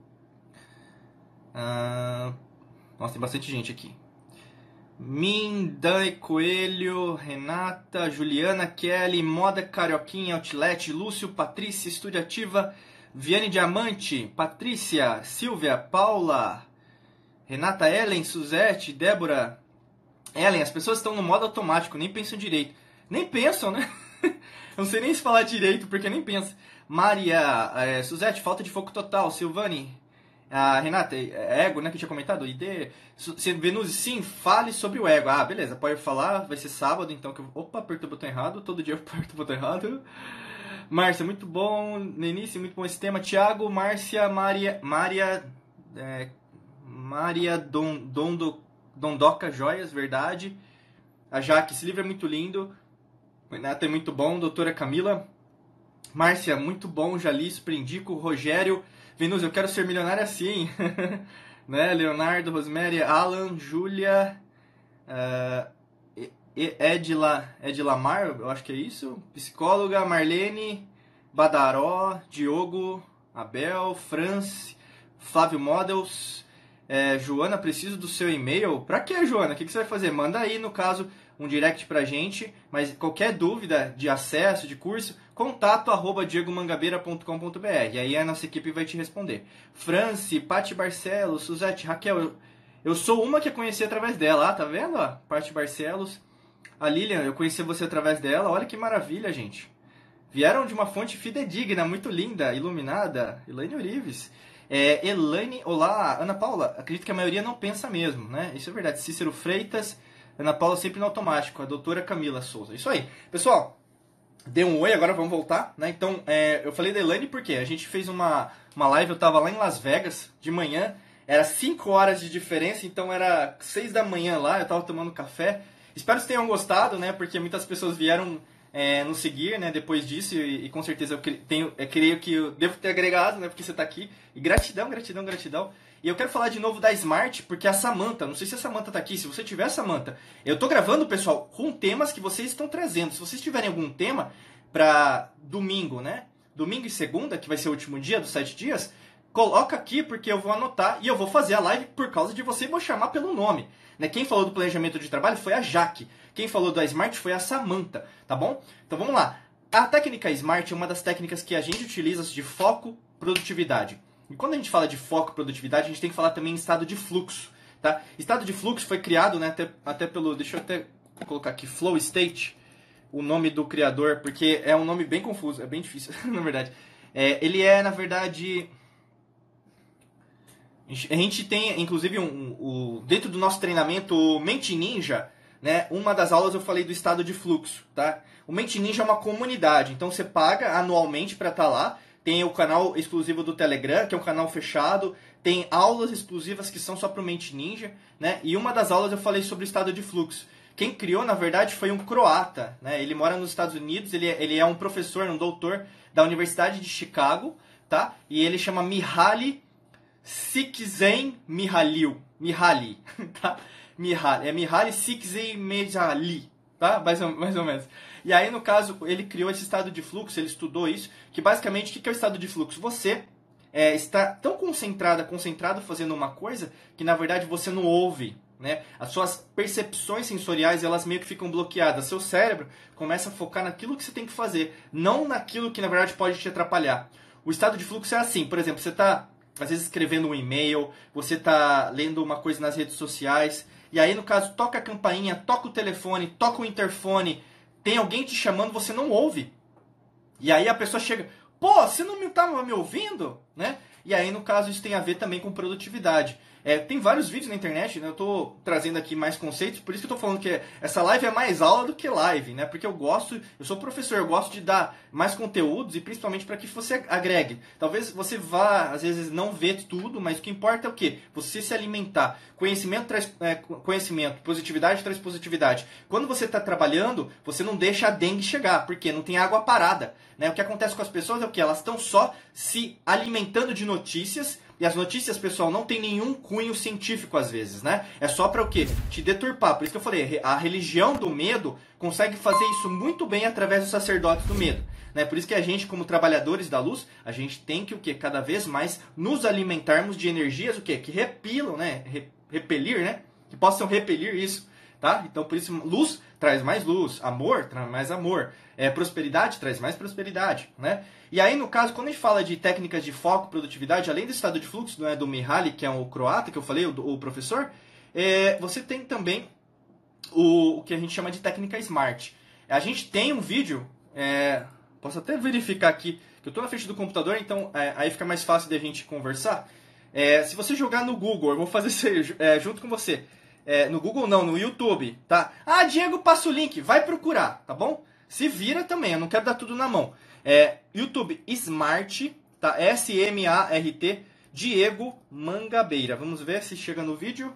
Nossa, tem bastante gente aqui. Mindai Coelho, Renata, Juliana, Kelly, Moda Carioquinha, Outlet, Lúcio, Patrícia, Estúdio Ativa, Viane Diamante, Patrícia, Silvia, Paula, Renata, Ellen, Suzete, Débora. Ellen, as pessoas estão no modo automático, nem pensam direito. Nem pensam, né? Eu não sei nem se falar direito, porque nem pensa. Maria, Suzete, falta de foco total. Silvane, Renata, ego, né, que eu tinha comentado. Venus, sim, fale sobre o ego. Beleza, pode falar, vai ser sábado, então. Opa, apertei o botão errado, todo dia eu aperto o botão errado. Márcia, muito bom. Nenice, muito bom esse tema. Tiago, Márcia, Maria Dondoca Joias, verdade. A Jaque, esse livro é muito lindo. Renata é muito bom. Doutora Camila. Márcia, muito bom. Já li, super indico. Rogério. Venus, eu quero ser milionária assim. Né? Leonardo, Rosemary, Alan, Júlia. Edlamar, eu acho que é isso. Psicóloga, Marlene. Badaró, Diogo, Abel, France, Flávio Models. Joana, preciso do seu e-mail. Pra quê, Joana? O que você vai fazer? Manda aí, no caso, um direct pra gente. Mas qualquer dúvida de acesso, de curso, contato@diegomangabeira.com.br. E aí a nossa equipe vai te responder. France, Paty Barcelos, Suzete, Raquel. Eu sou uma que eu conheci através dela. Tá vendo? Paty Barcelos. A Lilian, eu conheci você através dela. Olha que maravilha, gente. Vieram de uma fonte fidedigna, muito linda, iluminada. Elaine Orives. Elaine, olá, Ana Paula, acredito que a maioria não pensa mesmo, né? Isso é verdade. Cícero Freitas, Ana Paula sempre no automático, a doutora Camila Souza. Isso aí. Pessoal, dê um oi, agora vamos voltar, né? Então, eu falei da Elaine porque a gente fez uma live, eu tava lá em Las Vegas, de manhã, era 5 horas de diferença, então era 6 da manhã lá, eu tava tomando café. Espero que tenham gostado, né? Porque muitas pessoas vieram nos seguir, né, depois disso, e com certeza eu creio que eu devo ter agregado, né, porque você está aqui. E gratidão. E eu quero falar de novo da Smart, porque a Samantha, não sei se a Samantha está aqui, se você tiver, Samantha, eu estou gravando, pessoal, com temas que vocês estão trazendo. Se vocês tiverem algum tema para domingo, né, domingo e segunda, que vai ser o último dia dos 7 dias, coloca aqui porque eu vou anotar e eu vou fazer a live por causa de você e vou chamar pelo nome. Né? Quem falou do planejamento de trabalho foi a Jaque. Quem falou da Smart foi a Samantha, tá bom? Então vamos lá. A técnica Smart é uma das técnicas que a gente utiliza de foco, produtividade. E quando a gente fala de foco e produtividade, a gente tem que falar também em estado de fluxo. Tá? Estado de fluxo foi criado, né, até pelo... Deixa eu até colocar aqui, Flow State, o nome do criador, porque é um nome bem confuso, é bem difícil, na verdade. Ele é, na verdade... A gente tem, inclusive, dentro do nosso treinamento, o Mente Ninja, né, uma das aulas eu falei do estado de fluxo. Tá? O Mente Ninja é uma comunidade, então você paga anualmente para estar lá. Tem o canal exclusivo do Telegram, que é um canal fechado. Tem aulas exclusivas que são só para o Mente Ninja. Né? E uma das aulas eu falei sobre o estado de fluxo. Quem criou, na verdade, foi um croata. Né? Ele mora nos Estados Unidos, ele é um professor, um doutor da Universidade de Chicago. Tá? E ele chama Mihaly Csikszentmihalyi. Tá? Mihaly Csikszentmihalyi. Tá? Mais ou menos. E aí, no caso, ele criou esse estado de fluxo, ele estudou isso, que basicamente, o que é o estado de fluxo? Você está tão concentrado fazendo uma coisa, que na verdade você não ouve. Né? As suas percepções sensoriais, elas meio que ficam bloqueadas. Seu cérebro começa a focar naquilo que você tem que fazer, não naquilo que na verdade pode te atrapalhar. O estado de fluxo é assim, por exemplo, você está às vezes escrevendo um e-mail, você está lendo uma coisa nas redes sociais, e aí no caso toca a campainha, toca o telefone, toca o interfone, tem alguém te chamando, você não ouve. E aí a pessoa chega, pô, você não estava me ouvindo? Né? E aí no caso isso tem a ver também com produtividade. Tem vários vídeos na internet, né? Eu estou trazendo aqui mais conceitos, por isso que eu estou falando que essa live é mais aula do que live, né? Porque eu sou professor, eu gosto de dar mais conteúdos e principalmente para que você agregue. Talvez você vá, às vezes, não ver tudo, mas o que importa é o quê? Você se alimentar. Conhecimento traz conhecimento, positividade traz positividade. Quando você está trabalhando, você não deixa a dengue chegar, porque não tem água parada. Né? O que acontece com as pessoas é o quê? Elas estão só se alimentando de notícias. E as notícias, pessoal, não tem nenhum cunho científico às vezes, né? É só para o quê? Te deturpar. Por isso que eu falei, a religião do medo consegue fazer isso muito bem através dos sacerdotes do medo. Né? Por isso que a gente, como trabalhadores da luz, a gente tem que o quê? Cada vez mais nos alimentarmos de energias o quê? Que repelam, né? Repelir, né? Que possam repelir isso. Tá? Então, por isso, luz traz mais luz, amor traz mais amor, prosperidade traz mais prosperidade. Né? E aí, no caso, quando a gente fala de técnicas de foco, produtividade, além do estado de fluxo, né, do Mihaly, que é o croata, que eu falei, o professor, você tem também o que a gente chama de técnica SMART. A gente tem um vídeo, posso até verificar aqui, que eu estou na frente do computador, então aí fica mais fácil de a gente conversar. Se você jogar no Google, eu vou fazer isso junto com você. No Google não, no YouTube, tá? Ah, Diego, passa o link, vai procurar, tá bom? Se vira também, eu não quero dar tudo na mão. YouTube Smart, tá? S-M-A-R-T, Diego Mangabeira. Vamos ver se chega no vídeo.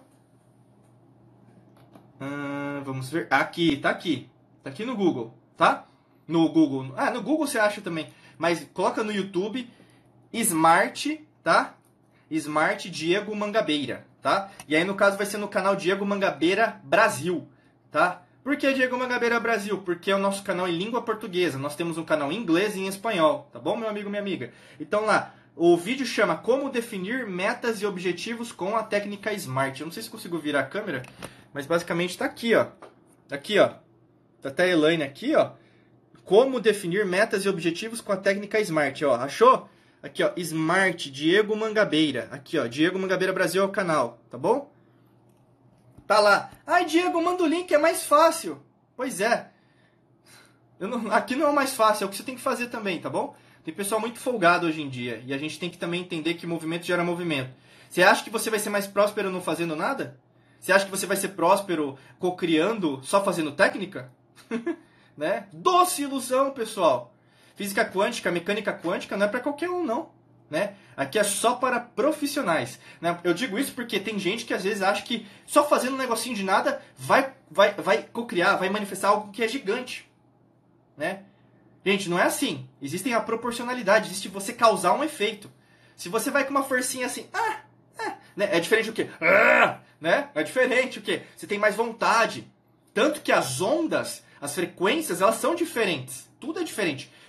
Vamos ver. Aqui, tá aqui. Tá aqui no Google, tá? No Google. No Google você acha também. Mas coloca no YouTube Smart, tá? Smart Diego Mangabeira, tá? E aí no caso vai ser no canal Diego Mangabeira Brasil, tá? Por que Diego Mangabeira Brasil? Porque é o nosso canal em língua portuguesa. Nós temos um canal em inglês e em espanhol, tá bom, meu amigo, minha amiga? Então lá, o vídeo chama Como Definir Metas e Objetivos com a Técnica SMART. Eu não sei se consigo virar a câmera, mas basicamente tá aqui, ó. Tá aqui, ó. Tá até a Elaine aqui, ó. Como Definir Metas e Objetivos com a Técnica SMART, ó. Achou? Aqui, ó. Smart, Diego Mangabeira. Aqui, ó. Diego Mangabeira Brasil é o canal, tá bom? Tá lá. Ai, Diego, manda o link, é mais fácil. Pois é. Aqui não é o mais fácil, é o que você tem que fazer também, tá bom? Tem pessoal muito folgado hoje em dia. E a gente tem que também entender que movimento gera movimento. Você acha que você vai ser mais próspero não fazendo nada? Você acha que você vai ser próspero cocriando só fazendo técnica? Né? Doce ilusão, pessoal. Física quântica, mecânica quântica não é para qualquer um, não. Né? Aqui é só para profissionais. Né? Eu digo isso porque tem gente que às vezes acha que só fazendo um negocinho de nada vai cocriar, vai manifestar algo que é gigante. Né? Gente, não é assim. Existe a proporcionalidade, existe você causar um efeito. Se você vai com uma forcinha assim, né? É diferente do quê? Né? É diferente o quê? Você tem mais vontade. Tanto que as ondas, as frequências, elas são diferentes. Tudo é diferente.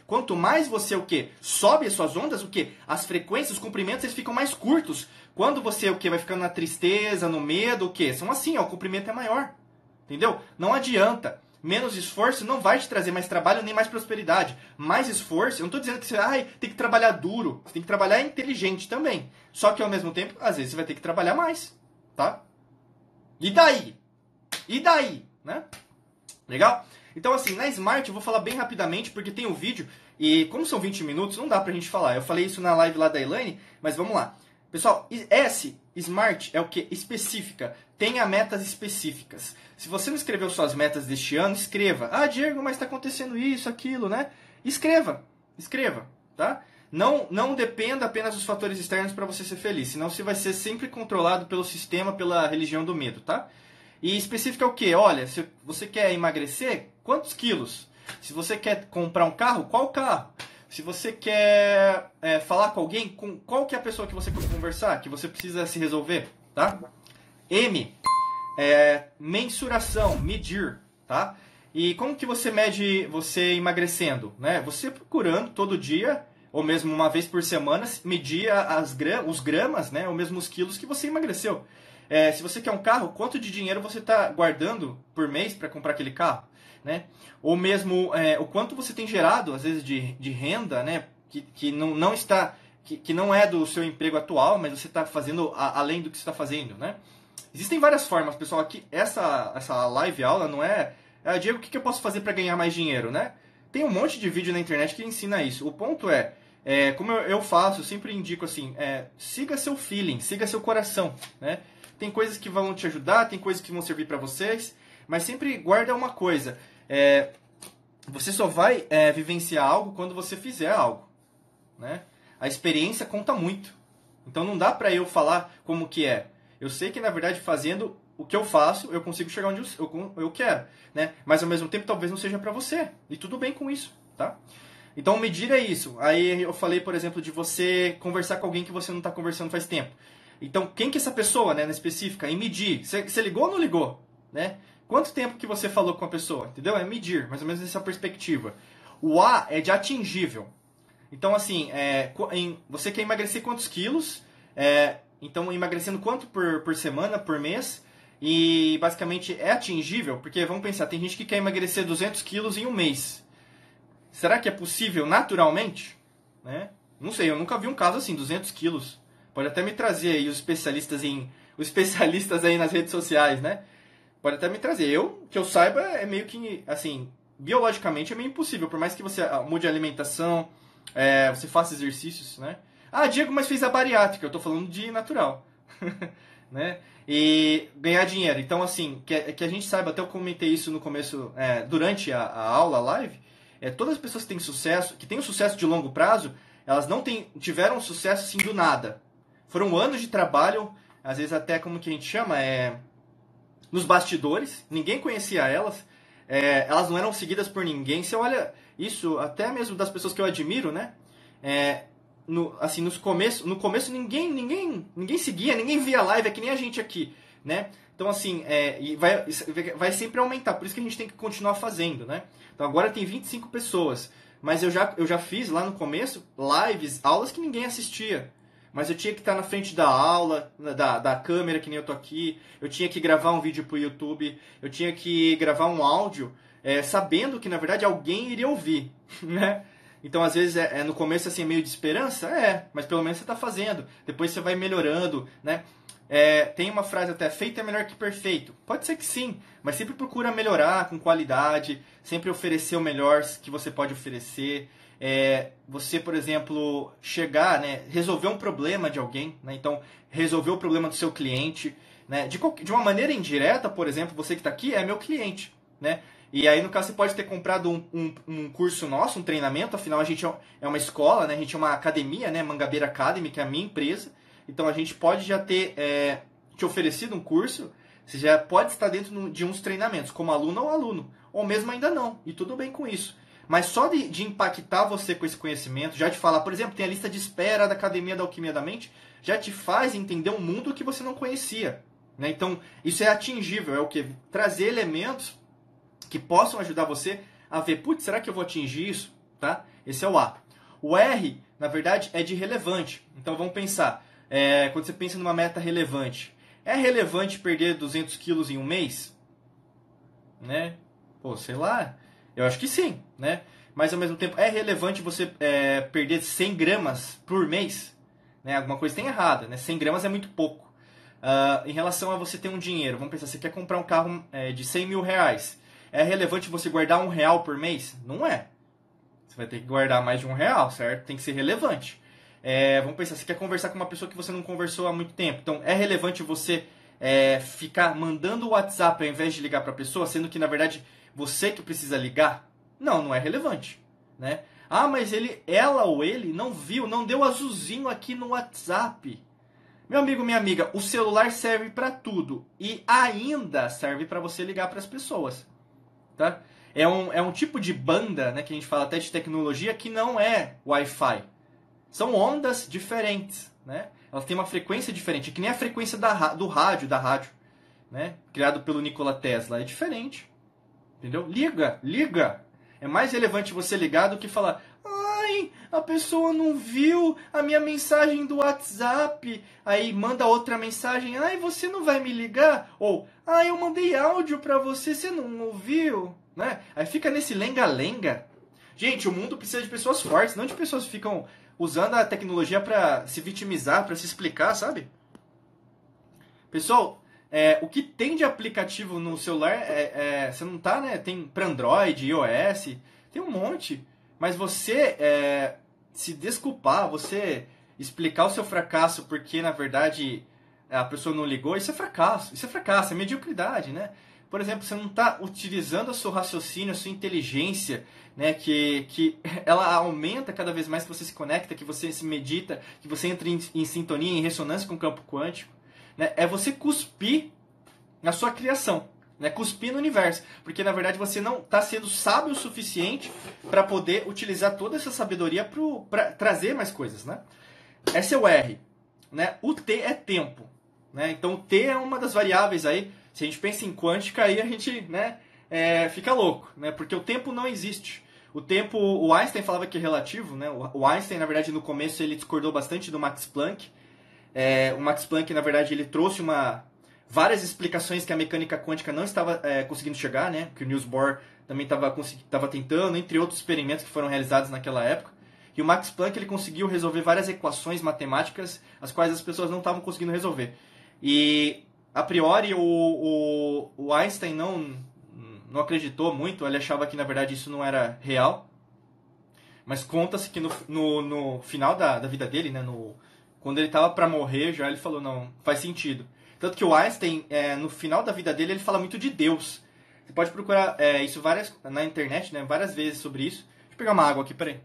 Quanto mais você o quê? Sobe as suas ondas, o quê? As frequências, os comprimentos, eles ficam mais curtos. Quando você o quê? Vai ficando na tristeza, no medo, o quê? São assim, ó, o comprimento é maior. Entendeu? Não adianta. Menos esforço não vai te trazer mais trabalho nem mais prosperidade. Mais esforço, eu não estou dizendo que você tem que trabalhar duro. Você tem que trabalhar inteligente também. Só que ao mesmo tempo, às vezes você vai ter que trabalhar mais. Tá? E daí? E daí? Né? Legal? Então assim, na Smart eu vou falar bem rapidamente porque tem um vídeo e como são 20 minutos não dá pra gente falar. Eu falei isso na live lá da Elaine, mas vamos lá. Pessoal, Smart é o que? Específica. Tenha metas específicas. Se você não escreveu suas metas deste ano, escreva. Ah, Diego, mas está acontecendo isso, aquilo, né? Escreva. Escreva, tá? Não dependa apenas dos fatores externos para você ser feliz, senão você vai ser sempre controlado pelo sistema, pela religião do medo, tá? E específica é o quê? Olha, se você quer emagrecer, quantos quilos? Se você quer comprar um carro, qual carro? Se você quer falar com alguém, qual que é a pessoa que você quer conversar, que você precisa se resolver, tá? M, mensuração, medir, tá? E como que você mede você emagrecendo, né? Você procurando todo dia, ou mesmo uma vez por semana, medir os gramas, né? Ou mesmo os quilos que você emagreceu. Se você quer um carro, quanto de dinheiro você está guardando por mês para comprar aquele carro? Né? Ou mesmo o quanto você tem gerado, às vezes, de renda, né? que não está, que não é do seu emprego atual, mas você está fazendo além do que você está fazendo. Né? Existem várias formas, pessoal. Aqui, essa live aula não é... Diego, o que eu posso fazer para ganhar mais dinheiro? Né? Tem um monte de vídeo na internet que ensina isso. O ponto como eu faço, eu sempre indico assim, siga seu feeling, siga seu coração. Né? Tem coisas que vão te ajudar, tem coisas que vão servir para vocês, mas sempre guarda uma coisa. Você só vai vivenciar algo quando você fizer algo. Né? A experiência conta muito. Então não dá para eu falar como que é. Eu sei que, na verdade, fazendo o que eu faço, eu consigo chegar onde eu quero. Né? Mas, ao mesmo tempo, talvez não seja para você. E tudo bem com isso. Tá? Então, medir é isso. Aí eu falei, por exemplo, de você conversar com alguém que você não está conversando faz tempo. Então, quem que é essa pessoa, né, na específica? E medir. Você ligou ou não ligou? Né? Quanto tempo que você falou com a pessoa? Entendeu? É medir, mais ou menos nessa perspectiva. O A é de atingível. Então, assim, você quer emagrecer quantos quilos? Então, emagrecendo quanto por semana, por mês? E, basicamente, é atingível? Porque, vamos pensar, tem gente que quer emagrecer 200 quilos em um mês. Será que é possível naturalmente? Né? Não sei, eu nunca vi um caso assim, 200 quilos. Pode até me trazer aí os especialistas aí nas redes sociais, né? Pode até me trazer. Que eu saiba, é meio que, assim, biologicamente é meio impossível. Por mais que você mude a alimentação, você faça exercícios, né? Ah, Diego, mas fez a bariátrica. Eu tô falando de natural. Né? E ganhar dinheiro. Então, assim, que a gente saiba, até eu comentei isso no começo, durante a aula, a live, todas as pessoas que têm sucesso, que têm um sucesso de longo prazo, elas não tiveram sucesso assim do nada. Foram anos de trabalho, às vezes até como que a gente chama, nos bastidores, ninguém conhecia elas, elas não eram seguidas por ninguém. Você olha isso, até mesmo das pessoas que eu admiro, né? No começo ninguém seguia, ninguém via live, é que nem a gente aqui, né? Então, assim, e vai sempre aumentar, por isso que a gente tem que continuar fazendo, né? Então, agora tem 25 pessoas, mas eu já fiz lá no começo lives, aulas que ninguém assistia. Mas eu tinha que estar na frente da aula, da câmera, que nem eu tô aqui. Eu tinha que gravar um vídeo pro YouTube. Eu tinha que gravar um áudio, sabendo que, na verdade, alguém iria ouvir, né? Então, às vezes, no começo, assim, meio de esperança? Mas pelo menos você está fazendo. Depois você vai melhorando, né? Tem uma frase até, feito é melhor que perfeito. Pode ser que sim, mas sempre procura melhorar com qualidade, sempre oferecer o melhor que você pode oferecer. Você, por exemplo, chegar, né, resolver um problema de alguém, né? Então, resolver o problema do seu cliente, né? De uma maneira indireta, por exemplo, você que está aqui é meu cliente, né? E aí, no caso, você pode ter comprado um curso nosso, um treinamento, afinal a gente é uma escola, né? A gente é uma academia, né? Mangabeira Academy, que é a minha empresa. Então a gente pode já ter te oferecido um curso, você já pode estar dentro de uns treinamentos, como aluno ou aluno, ou mesmo ainda não, e tudo bem com isso. Mas só de impactar você com esse conhecimento, já te falar, por exemplo, tem a lista de espera da Academia da Alquimia da Mente, já te faz entender um mundo que você não conhecia. Né? Então, isso é atingível, é o quê? Trazer elementos que possam ajudar você a ver, putz, será que eu vou atingir isso? Tá? Esse é o A. O R, na verdade, é de relevante. Então vamos pensar, quando você pensa numa meta relevante, é relevante perder 200 quilos em um mês? Né? Pô, sei lá, eu acho que sim, né? Mas ao mesmo tempo, é relevante você perder 100 gramas por mês? Né? Alguma coisa tem errada, né? 100 gramas é muito pouco. Em relação a você ter um dinheiro, vamos pensar, você quer comprar um carro de 100 mil reais. É relevante você guardar R$ 1 por mês? Não é. Você vai ter que guardar mais de R$ 1, certo? Tem que ser relevante. Vamos pensar, você quer conversar com uma pessoa que você não conversou há muito tempo. Então, é relevante você ficar mandando o WhatsApp ao invés de ligar para a pessoa, sendo que, na verdade, você que precisa ligar? Não, não é relevante. Né? Ah, mas ela ou ele não viu, não deu azulzinho aqui no WhatsApp. Meu amigo, minha amiga, o celular serve para tudo e ainda serve para você ligar para as pessoas, tá? É um tipo de banda, né, que a gente fala até de tecnologia, que não é Wi-Fi. São ondas diferentes, né? Elas têm uma frequência diferente, que nem a frequência do rádio, né? Criado pelo Nikola Tesla, é diferente, entendeu? Liga! É mais relevante você ligar do que falar: ai, a pessoa não viu a minha mensagem do WhatsApp. Aí manda outra mensagem: ai, você não vai me ligar? Ou, ai, eu mandei áudio pra você, você não ouviu? Né? Aí fica nesse lenga-lenga. Gente, o mundo precisa de pessoas fortes, não de pessoas que ficam usando a tecnologia pra se vitimizar, pra se explicar, sabe? Pessoal, o que tem de aplicativo no celular, você não tá, né? Tem para Android, iOS, tem um monte. Mas você se desculpar, você explicar o seu fracasso porque, na verdade, a pessoa não ligou, isso é fracasso. Isso é fracasso, é mediocridade, né? Por exemplo, você não está utilizando o seu raciocínio, a sua inteligência, né? Que ela aumenta cada vez mais que você se conecta, que você se medita, que você entra em sintonia, em ressonância com o campo quântico. Né? É você cuspir na sua criação, né? Cuspir no universo, porque na verdade você não está sendo sábio o suficiente para poder utilizar toda essa sabedoria para trazer mais coisas, né? Esse é o R, né? O T é tempo, né? Então o T é uma das variáveis aí. Se a gente pensa em quântica, aí a gente, né, fica louco, né? Porque o tempo não existe. O tempo, o Einstein falava que é relativo, né? O Einstein, na verdade, no começo ele discordou bastante do Max Planck. O Max Planck, na verdade, ele trouxe várias explicações que a mecânica quântica não estava conseguindo chegar, né? Que o Niels Bohr também estava tentando, entre outros experimentos que foram realizados naquela época. E o Max Planck ele conseguiu resolver várias equações matemáticas, as quais as pessoas não estavam conseguindo resolver. E, a priori, o Einstein não acreditou muito, ele achava que, na verdade, isso não era real. Mas conta-se que no final da vida dele, né, quando ele estava para morrer, já ele falou, não, faz sentido. Tanto que o Einstein, no final da vida dele, ele fala muito de Deus. Você pode procurar isso na internet, né, várias vezes sobre isso. Deixa eu pegar uma água aqui, peraí.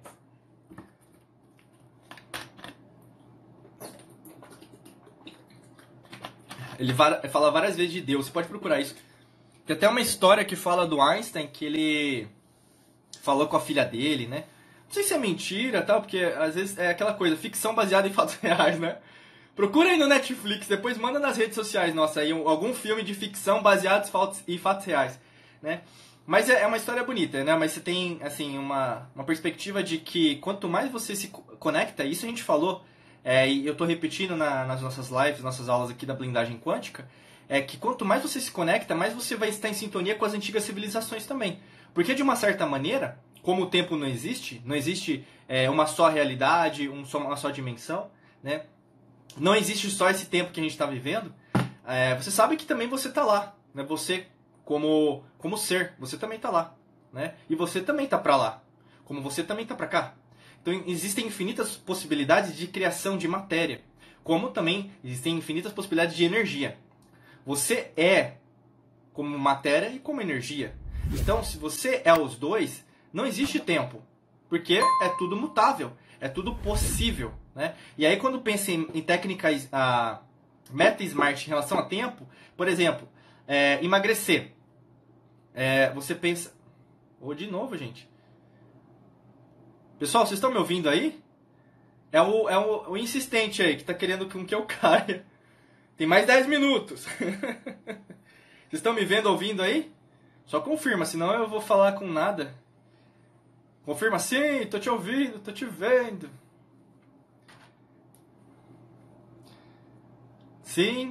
Ele fala várias vezes de Deus, você pode procurar isso. Tem até uma história que fala do Einstein, que ele falou com a filha dele, né? Não sei se é mentira, tal, porque às vezes é aquela coisa, ficção baseada em fatos reais, né? Procura aí no Netflix, depois manda nas redes sociais, nossa, aí algum filme de ficção baseado em fatos reais, né? Mas é uma história bonita, né? Mas você tem, assim, uma perspectiva de que quanto mais você se conecta, isso a gente falou, e eu tô repetindo nas nossas lives, nossas aulas aqui da blindagem quântica, é que quanto mais você se conecta, mais você vai estar em sintonia com as antigas civilizações também. Porque de uma certa maneira, como o tempo não existe uma só realidade, uma só dimensão, né? Não existe só esse tempo que a gente está vivendo, você sabe que também você está lá, né? Você como ser, você também está lá, né? E você também está para lá, como você também está para cá. Então existem infinitas possibilidades de criação de matéria, como também existem infinitas possibilidades de energia. Você é como matéria e como energia. Então, se você é os dois, não existe tempo, porque é tudo mutável, é tudo possível, né? E aí quando pensa em técnicas meta smart em relação a tempo, por exemplo, emagrecer, você pensa, de novo, gente. Pessoal, vocês estão me ouvindo aí? É o insistente aí que está querendo que eu caia. Tem mais 10 minutos. Vocês estão me vendo, ouvindo aí? Só confirma, senão eu vou falar com nada. Confirma sim, tô te ouvindo, tô te vendo. Sim,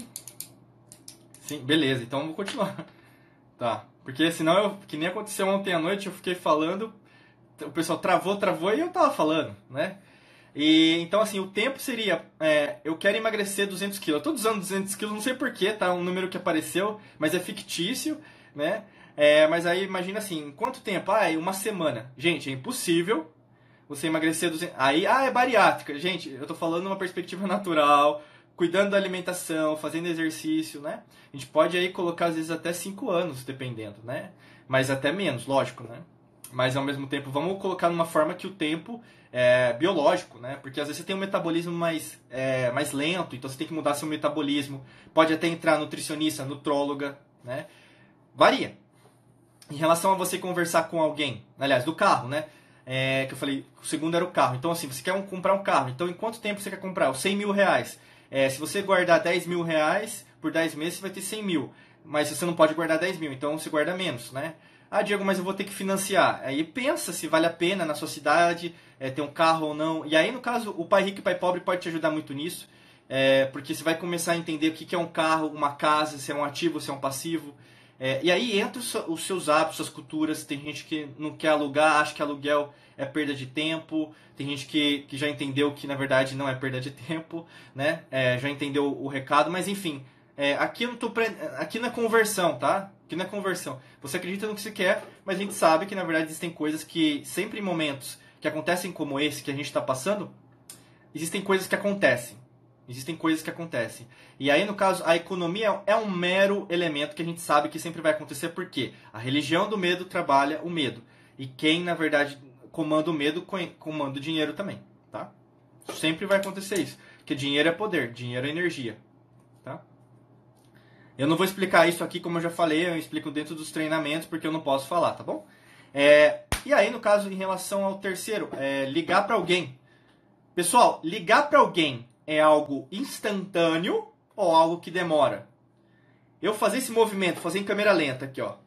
sim, beleza, então vou continuar. Tá, porque senão, que nem aconteceu ontem à noite, eu fiquei falando, o pessoal travou e eu tava falando, né? E então, assim, o tempo seria: eu quero emagrecer 200 quilos. Eu tô usando 200 quilos, não sei porquê, tá? Um número que apareceu, mas é fictício, né? Mas aí imagina assim: quanto tempo? Ah, é uma semana. Gente, é impossível você emagrecer 200. Aí, é bariátrica. Gente, eu tô falando uma perspectiva natural, cuidando da alimentação, fazendo exercício, né? A gente pode aí colocar às vezes até 5 anos, dependendo, né? Mas até menos, lógico, né? Mas ao mesmo tempo, vamos colocar numa forma que o tempo é biológico, né? Porque às vezes você tem um metabolismo mais lento, então você tem que mudar seu metabolismo. Pode até entrar nutricionista, nutróloga, né? Varia. Em relação a você conversar com alguém, aliás, do carro, né? Que eu falei, o segundo era o carro. Então, assim, você quer comprar um carro. Então, em quanto tempo você quer comprar? Os 100 mil reais. Se você guardar 10 mil reais por 10 meses, você vai ter 100 mil. Mas você não pode guardar 10 mil, então você guarda menos, né? Ah, Diego, mas eu vou ter que financiar. Aí pensa se vale a pena na sua cidade ter um carro ou não. E aí, no caso, o Pai Rico e Pai Pobre pode te ajudar muito nisso. Porque você vai começar a entender o que é um carro, uma casa, se é um ativo, se é um passivo. E aí entra os seus hábitos, suas culturas. Tem gente que não quer alugar, acha que aluguel é perda de tempo. Tem gente que já entendeu que na verdade não é perda de tempo, né? Já entendeu o recado, mas enfim. Aqui não é conversão, tá? Aqui não é conversão. Você acredita no que você quer, mas a gente sabe que na verdade existem coisas que, sempre em momentos que acontecem como esse que a gente está passando, existem coisas que acontecem. Existem coisas que acontecem. E aí, no caso, a economia é um mero elemento que a gente sabe que sempre vai acontecer, porque a religião do medo trabalha o medo. E quem, na verdade, comanda o medo, comanda o dinheiro também. Tá? Sempre vai acontecer isso. Porque dinheiro é poder, dinheiro é energia. Tá? Eu não vou explicar isso aqui, como eu já falei, eu explico dentro dos treinamentos, porque eu não posso falar, tá bom? E aí, no caso, em relação ao terceiro, ligar para alguém. Pessoal, ligar para alguém é algo instantâneo ou algo que demora? Eu fazer esse movimento, fazer em câmera lenta aqui, ó.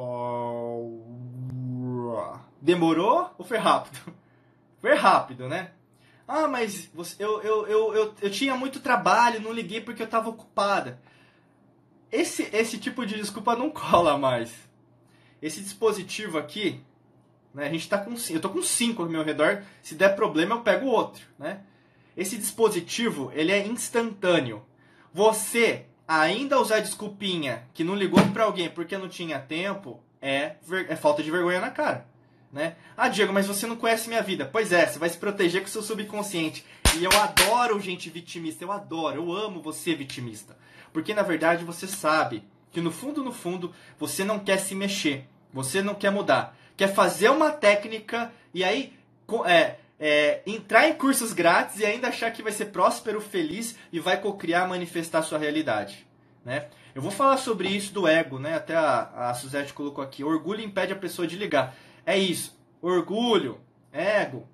Demorou ou foi rápido? Foi rápido, né? Ah, mas eu tinha muito trabalho, não liguei porque eu estava ocupada. Esse tipo de desculpa não cola mais. Esse dispositivo aqui, né, a gente tá com 5. Eu tô com 5 ao meu redor. Se der problema, eu pego outro, né? Esse dispositivo, ele é instantâneo. Você ainda usar desculpinha que não ligou para alguém porque não tinha tempo é falta de vergonha na cara, né? Ah, Diego, mas você não conhece minha vida. Pois é, você vai se proteger com o seu subconsciente. E eu adoro gente vitimista, eu amo você vitimista. Porque na verdade você sabe que no fundo, você não quer se mexer. Você não quer mudar. Quer fazer uma técnica e aí entrar em cursos grátis e ainda achar que vai ser próspero, feliz e vai cocriar, manifestar sua realidade, né? Eu vou falar sobre isso do ego, né? Até a Suzette colocou aqui. Orgulho impede a pessoa de ligar. É isso. Orgulho, ego,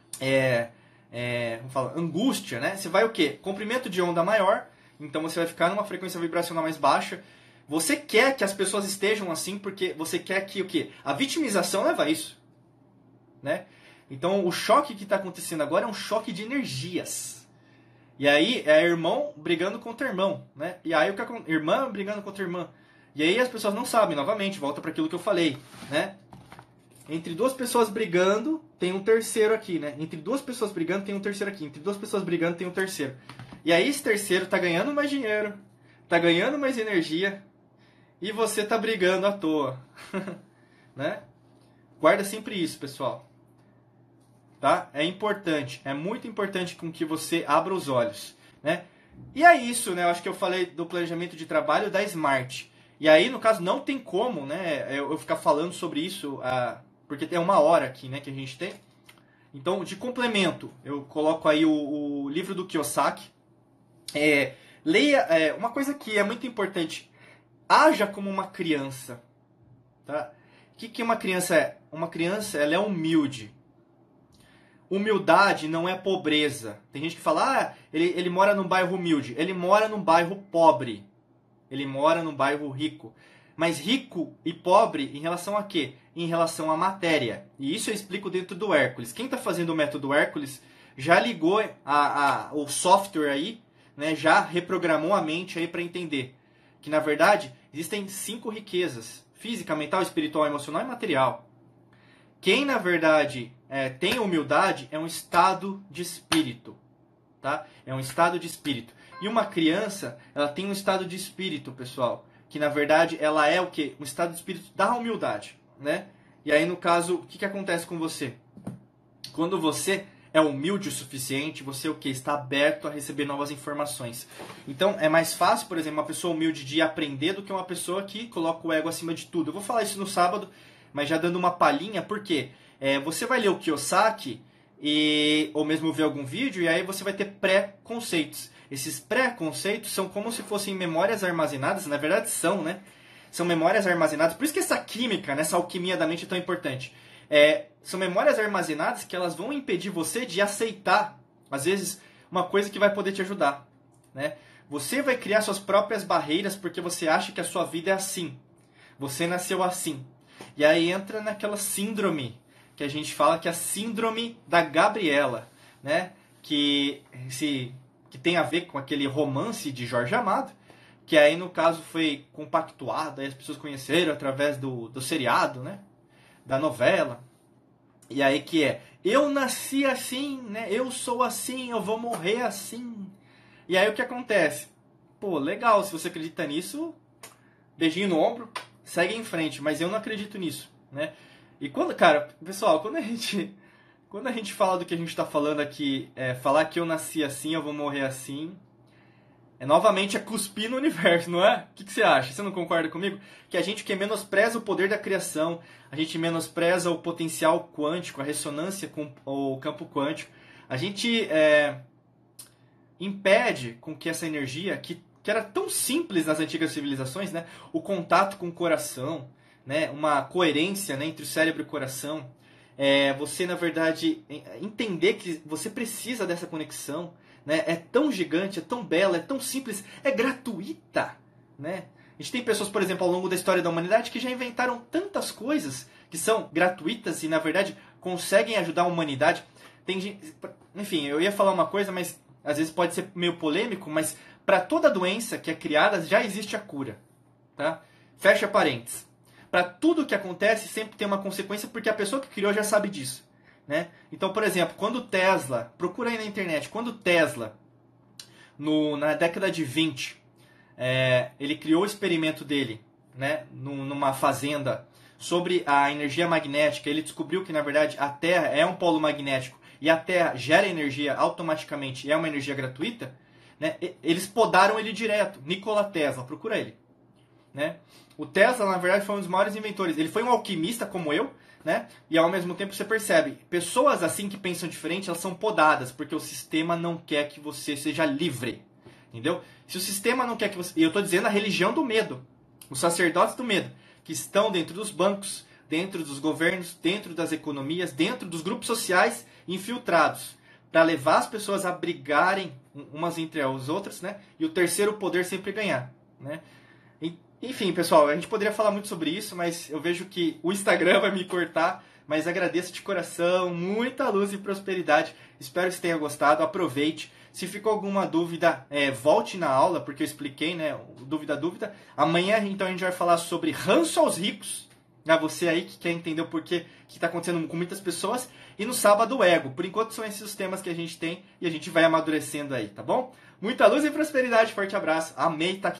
vamos falar, angústia, né? Você vai o quê? Comprimento de onda maior, então você vai ficar numa frequência vibracional mais baixa. Você quer que as pessoas estejam assim porque você quer que o quê? A vitimização leva a isso, né? Então o choque que está acontecendo agora é um choque de energias. E aí é irmão brigando contra irmão, né? E aí irmã brigando contra irmã. E aí as pessoas não sabem, novamente, volta para aquilo que eu falei, né? Entre duas pessoas brigando, tem um terceiro aqui, né? Entre duas pessoas brigando, tem um terceiro aqui. Entre duas pessoas brigando, tem um terceiro. E aí esse terceiro tá ganhando mais dinheiro, tá ganhando mais energia, e você tá brigando à toa, né? Guarda sempre isso, pessoal. Tá? É importante, é muito importante com que você abra os olhos, né? E é isso, né? Eu acho que eu falei do planejamento de trabalho da Smart. E aí, no caso, não tem como, né? Eu ficar falando sobre isso, porque tem uma hora aqui, né? Que a gente tem. Então, de complemento, eu coloco aí o livro do Kiyosaki. Leia uma coisa que é muito importante. Haja como uma criança, tá? O que uma criança é? Uma criança, ela é humilde. Humildade não é pobreza. Tem gente que fala, ele mora num bairro humilde. Ele mora num bairro pobre. Ele mora num bairro rico. Mas rico e pobre em relação a quê? Em relação à matéria. E isso eu explico dentro do Hércules. Quem está fazendo o método Hércules já ligou o software aí, né, já reprogramou a mente aí para entender que, na verdade, existem 5 riquezas: física, mental, espiritual, emocional e material. Quem, na verdade, tem humildade é um estado de espírito. Tá? É um estado de espírito. E uma criança, ela tem um estado de espírito, pessoal, que na verdade ela é o quê? Um estado de espírito da humildade, né? E aí, no caso, o que acontece com você? Quando você é humilde o suficiente, você o quê? Está aberto a receber novas informações. Então, é mais fácil, por exemplo, uma pessoa humilde de aprender do que uma pessoa que coloca o ego acima de tudo. Eu vou falar isso no sábado, mas já dando uma palhinha, porque você vai ler o Kiyosaki, ou mesmo ver algum vídeo, e aí você vai ter pré-conceitos. Esses pré-conceitos são como se fossem memórias armazenadas, na verdade são, né? São memórias armazenadas, por isso que essa química, essa alquimia da mente é tão importante. São memórias armazenadas que elas vão impedir você de aceitar, às vezes, uma coisa que vai poder te ajudar, né? Você vai criar suas próprias barreiras porque você acha que a sua vida é assim. Você nasceu assim. E aí entra naquela síndrome que a gente fala, que é a síndrome da Gabriela, né? Que tem a ver com aquele romance de Jorge Amado, que aí no caso foi compactuado, aí as pessoas conheceram através do seriado, né? Da novela. E aí que eu nasci assim, né? Eu sou assim, eu vou morrer assim. E aí o que acontece? Pô, legal, se você acredita nisso, beijinho no ombro, segue em frente, mas eu não acredito nisso, né? E quando, cara, pessoal, quando a gente fala do que a gente está falando aqui, falar que eu nasci assim, eu vou morrer assim, novamente cuspir no universo, não é? O que você acha? Você não concorda comigo? Que a gente que menospreza o poder da criação, a gente menospreza o potencial quântico, a ressonância com o campo quântico, a gente impede com que essa energia, que era tão simples nas antigas civilizações, né? O contato com o coração, né? Uma coerência, né, entre o cérebro e o coração, você, na verdade, entender que você precisa dessa conexão, né? É tão gigante, é tão bela, é tão simples, é gratuita, né? A gente tem pessoas, por exemplo, ao longo da história da humanidade que já inventaram tantas coisas que são gratuitas e, na verdade, conseguem ajudar a humanidade. Tem gente, enfim, eu ia falar uma coisa, mas às vezes pode ser meio polêmico, mas para toda doença que é criada já existe a cura, tá? Fecha parênteses. Para tudo que acontece sempre tem uma consequência, porque a pessoa que criou já sabe disso, né? Então, por exemplo, quando Tesla, procura aí na internet, quando Tesla, na década de 20, ele criou o experimento dele, né, numa fazenda, sobre a energia magnética, ele descobriu que, na verdade, a Terra é um polo magnético e a Terra gera energia automaticamente e é uma energia gratuita, né? Eles podaram ele direto. Nikola Tesla, procura ele, né? O Tesla, na verdade, foi um dos maiores inventores. Ele foi um alquimista como eu, né? E ao mesmo tempo você percebe, pessoas assim que pensam diferente, elas são podadas, porque o sistema não quer que você seja livre. Entendeu? Se o sistema não quer que você... E eu estou dizendo a religião do medo. Os sacerdotes do medo, que estão dentro dos bancos, dentro dos governos, dentro das economias, dentro dos grupos sociais infiltrados, para levar as pessoas a brigarem umas entre as outras, né? E o terceiro poder sempre ganhar, né? Enfim, pessoal, a gente poderia falar muito sobre isso, mas eu vejo que o Instagram vai me cortar, mas agradeço de coração, muita luz e prosperidade. Espero que você tenha gostado, aproveite. Se ficou alguma dúvida, volte na aula, porque eu expliquei, né? Dúvida. Amanhã, então, a gente vai falar sobre ranço aos ricos. Você aí que quer entender o porquê que está acontecendo com muitas pessoas. E no sábado, o ego. Por enquanto, são esses os temas que a gente tem e a gente vai amadurecendo aí, tá bom? Muita luz e prosperidade, forte abraço. Amei estar aqui.